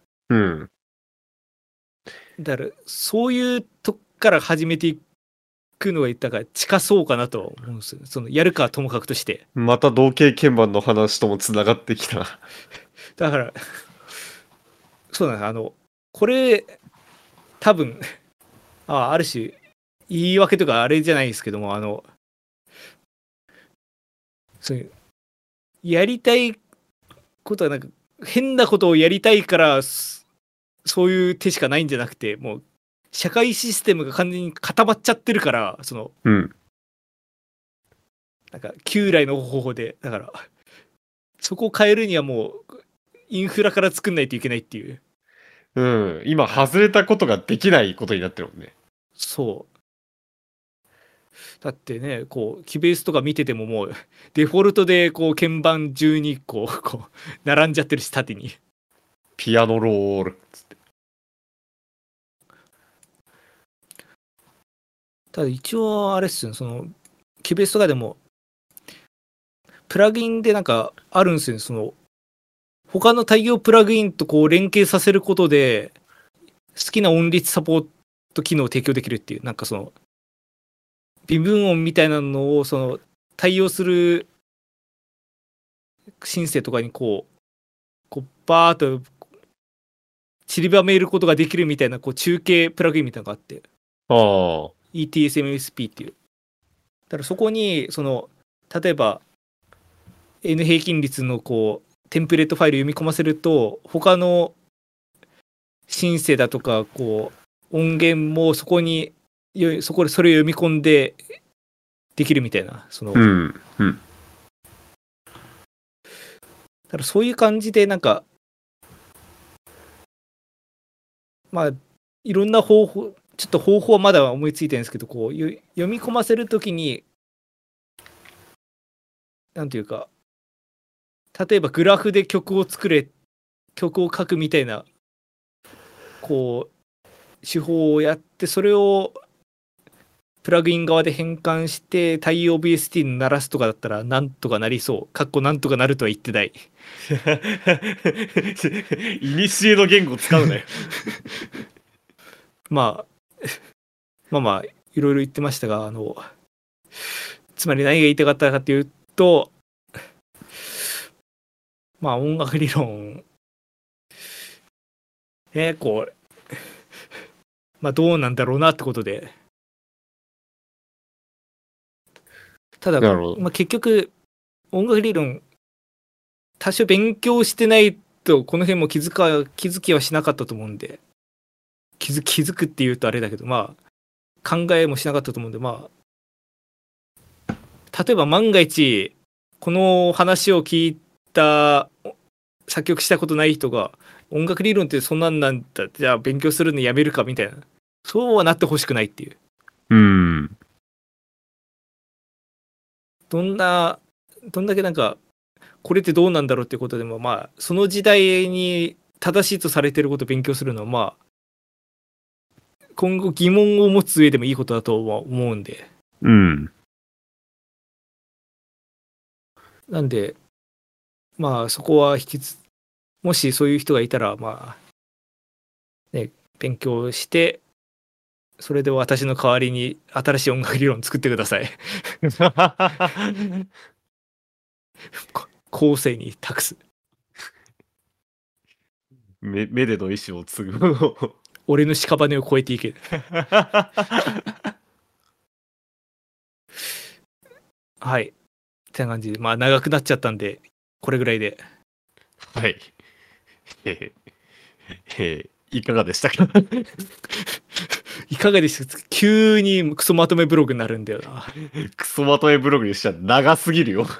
だからそういうとこから始めていくのがだから近そうかなとは思うんですよ。そのやるかはともかくとして。 また同型鍵盤の話ともつながってきた。 だからそうなんです。これ多分ある種言い訳とかあれじゃないですけどもそういうやりたいことはなんか変なことをやりたいからそういう手しかないんじゃなくて、もう社会システムが完全に固まっちゃってるから、その、なんか旧来の方法で、だから、そこを変えるにはもう、インフラから作んないといけないっていう。 今、外れたことができないことになってるもんね。 そう。だってね、こう、キベースとか見ててももう、デフォルトで、こう、鍵盤12個、こう、並んじゃってるし、縦に。 ピアノロール。つって。 ただ一応、あれっすよ、その、キベースとかでも、プラグインでなんかあるんですよ、その、他の対応プラグインとこう連携させることで、好きな音率サポート機能を提供できるっていう、なんかその、微分音みたいなのを、その、対応するシンセとかにこうバーっと散りばめることができるみたいな、こう、中継プラグインみたいなのがあって、ETSMSP っていう。だからそこに、その、例えば、N 平均率のこう、テンプレートファイル読み込ませると、他のシンセだとか、こう、音源もそこに、そこでそれを読み込んでできるみたいな、その、だからそういう感じで、なんか、まあ、いろんな方法、ちょっと方法はまだ思いついてるんですけど、こう、読み込ませるときに、なんていうか、例えばグラフで曲を作れ、曲を書くみたいな、こう、手法をやって、それをプラグイン側で変換して対応 BST に鳴らすとかだったらなんとかなりそう。かっこなんとかなるとは言ってない。 いにしえの言語使うなよ。 まあ、いろいろ言ってましたが、つまり何が言いたかったかというと、まあ音楽理論、こう、まあどうなんだろうなってことで。ただ、まあ、結局、音楽理論、多少勉強してないと、この辺も気づきはしなかったと思うんで、気づくっていうとあれだけど、まあ、考えもしなかったと思うんで、まあ、例えば万が一、この話を聞いた、作曲したことない人が、音楽理論ってそんなんなんだ、じゃあ勉強するのやめるかみたいな、そうはなってほしくないっていう。どんだけなんか、これってどうなんだろうっていうことでも、まあ、その時代に正しいとされてることを勉強するのは、まあ、今後疑問を持つ上でもいいことだとは思うんで。なんで、まあ、そこはもしそういう人がいたら、まあ、ね、勉強して、それで私の代わりに新しい音楽理論作ってください。後世に託す。 目での意思を継ぐ。 俺の屍を越えていけ。はい。ってな感じで、まあ長くなっちゃったんで、これぐらいで。 はい。いかがでしたか？ いかがでしたか？急にクソまとめブログになるんだよな。 クソまとめブログにしちゃ長すぎるよ。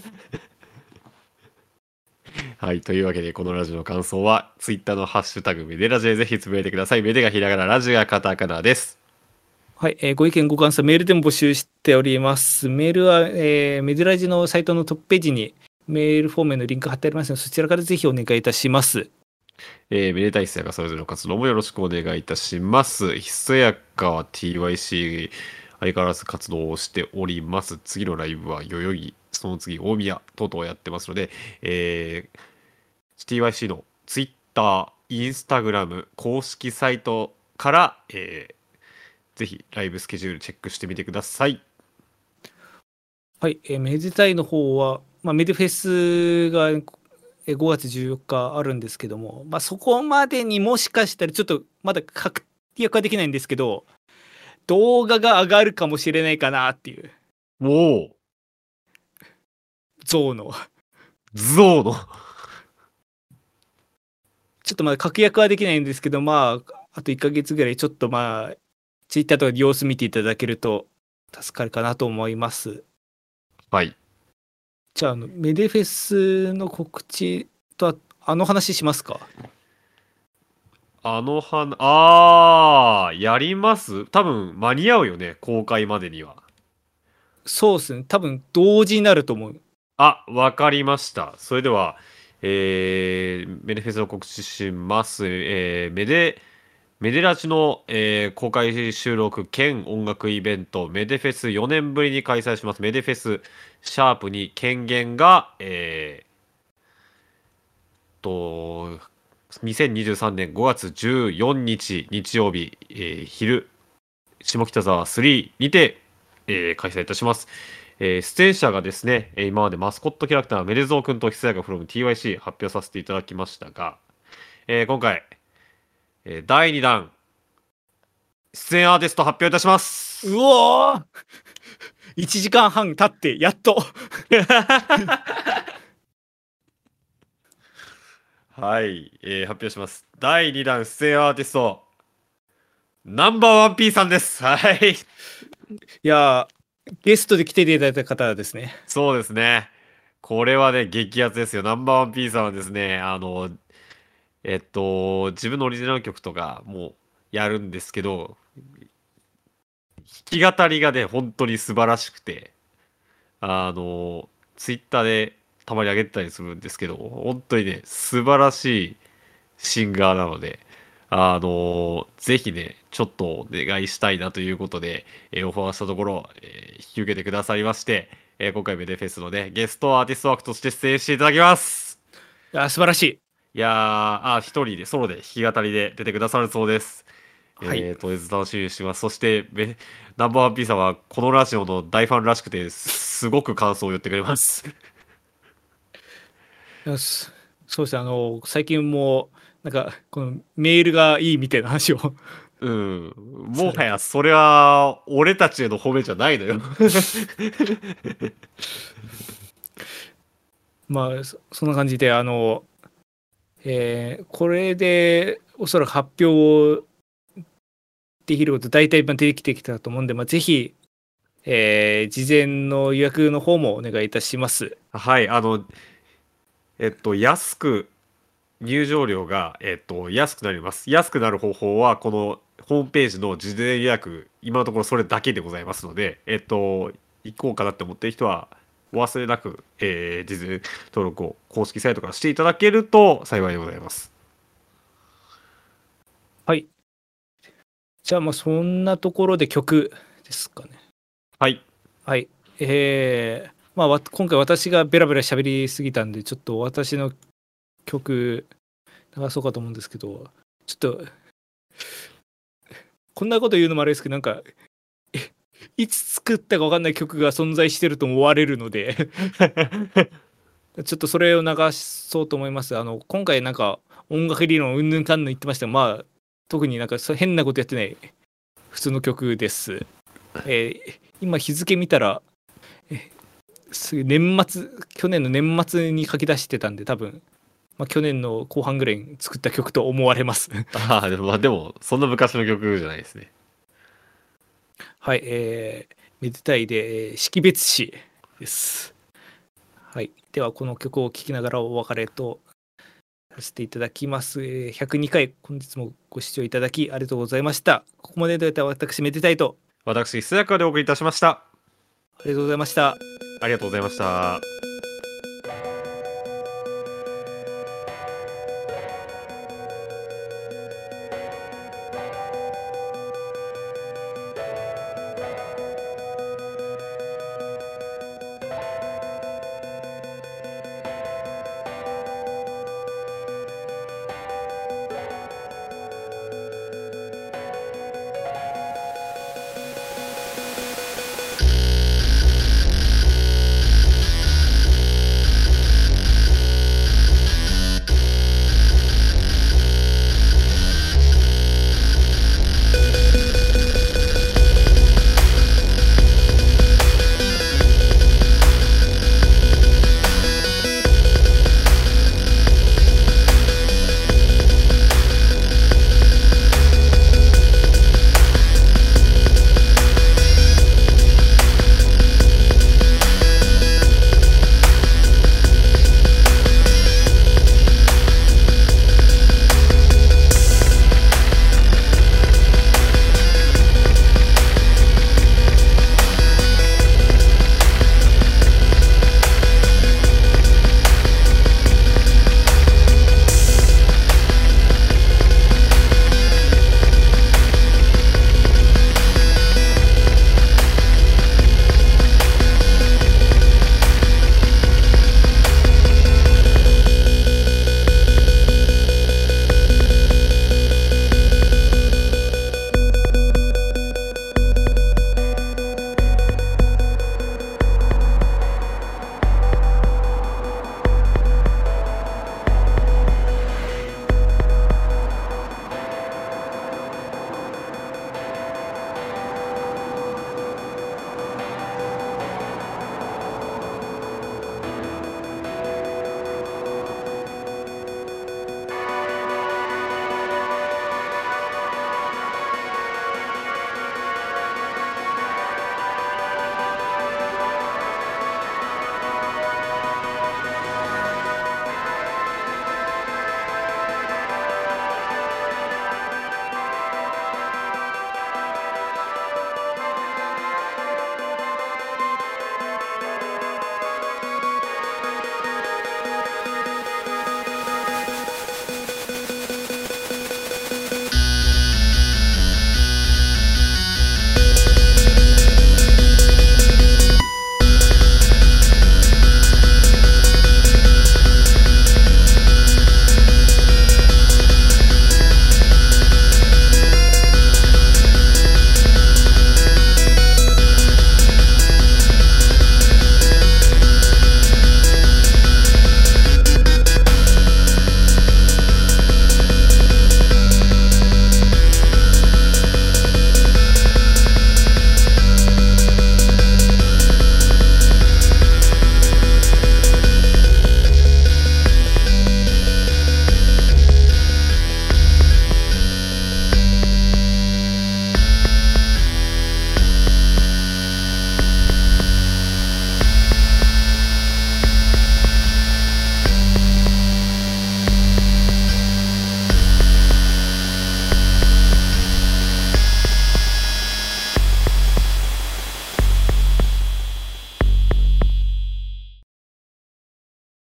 はい。というわけで、このラジオの感想は、ツイッターのハッシュタグ、メデラジでぜひつぶやいてください。メデがひらがな、ラジがカタカナです。 はい、ご意見ご感想メールでも募集しております。メールは、メデラジのサイトのトップページにメールフォームへのリンク貼ってありますので、そちらからぜひお願いいたします。 めでたいひそやかそれぞれの活動もよろしくお願いいたします。ひそやかは TYC 相変わらず活動をしております。次のライブは代々木、その次大宮等々やってますので、TYC の Twitter、Instagram 公式サイトから、ぜひライブスケジュールチェックしてみてください。 はい、めでたいの方は、まあ、メデフェスが5月14日あるんですけども、まあ、そこまでにもしかしたらちょっとまだ確約はできないんですけど、動画が上がるかもしれないかなっていう。 おお。 ゾウの。 ゾウの。 ちょっとまだ確約はできないんですけど、まあ、 あと1ヶ月ぐらいちょっとツイッターとか様子見ていただけると助かるかなと思います。 はい。 じゃあ、メデフェスの告知と話しますか？ やります多分間に合うよね、公開までには。 そうですね。多分同時になると思う。 わかりました。それでは、メデフェスを告知します。メデラジの、公開収録兼音楽イベント、メデフェス4年ぶりに開催します。メデフェスシャープに権限が、2023年5月14日日曜日、昼、下北沢3にて、開催いたします。出演者がですね、今までマスコットキャラクターメデゾー君とひさやか from TYC 発表させていただきましたが、今回、第2弾出演アーティスト発表いたします。 うおー1時間半経ってやっとはい、発表します。第2弾出演アーティストナンバーワン P さんです。はい。 いやゲストで来ていただいた方ですね。 そうですね。これはね、激アツですよ。ナンバーワン P さんはですね、自分のオリジナル曲とかもやるんですけど、弾き語りがね、本当に素晴らしくて、ツイッターでたまに上げてたりするんですけど、本当にね、素晴らしいシンガーなので、ぜひね、ちょっとお願いしたいなということで、オファーしたところ、引き受けてくださいまして、今回メデフェスのね、ゲストアーティスト枠として出演していただきます。 いや素晴らしい。 いやー、一人で、ソロで弾き語りで出てくださるそうです。 はい。 とりあえず楽しみにしてます。そして、ナンバーワン P さんはこのラジオの大ファンらしくて、すごく感想を言ってくれます。 そうですね。最近もなんかこのメールがいいみたいな話をうん。もされて、 はやそれは俺たちへの褒めじゃないのよ。 そんな感じでこれでおそらく発表できること大体できてきたと思うんで、ぜひ、事前の予約の方もお願いいたします。 はい、安く、入場料が、安くなります。安くなる方法は、このホームページの事前予約、今のところそれだけでございますので、行こうかなって思ってる人は、お忘れなく、事前登録を公式サイトからしていただけると幸いでございます。 はい。じゃあそんなところで曲ですかね。 はい。 はい。今回私がベラベラ喋りすぎたんで、ちょっと私の曲流そうかと思うんですけど、ちょっと、こんなこと言うのもあれですけど、なんか、いつ作ったか分かんない曲が存在してると思われるのでちょっとそれを流そうと思います。今回なんか音楽理論うんぬんかんぬん言ってましたが、特になんか変なことやってない普通の曲です。今日付見たら、去年の年末に書き出してたんで、多分、去年の後半ぐらいに作った曲と思われますでも、そんな昔の曲じゃないですね。 はい、めでたいで、識別詞です。はい。では、この曲を聴きながらお別れとさせていただきます。102回、本日もご視聴いただきありがとうございました。ここまでで私、めでたいと。 私、ひそやかでお送りいたしました。 ありがとうございました。 ありがとうございました。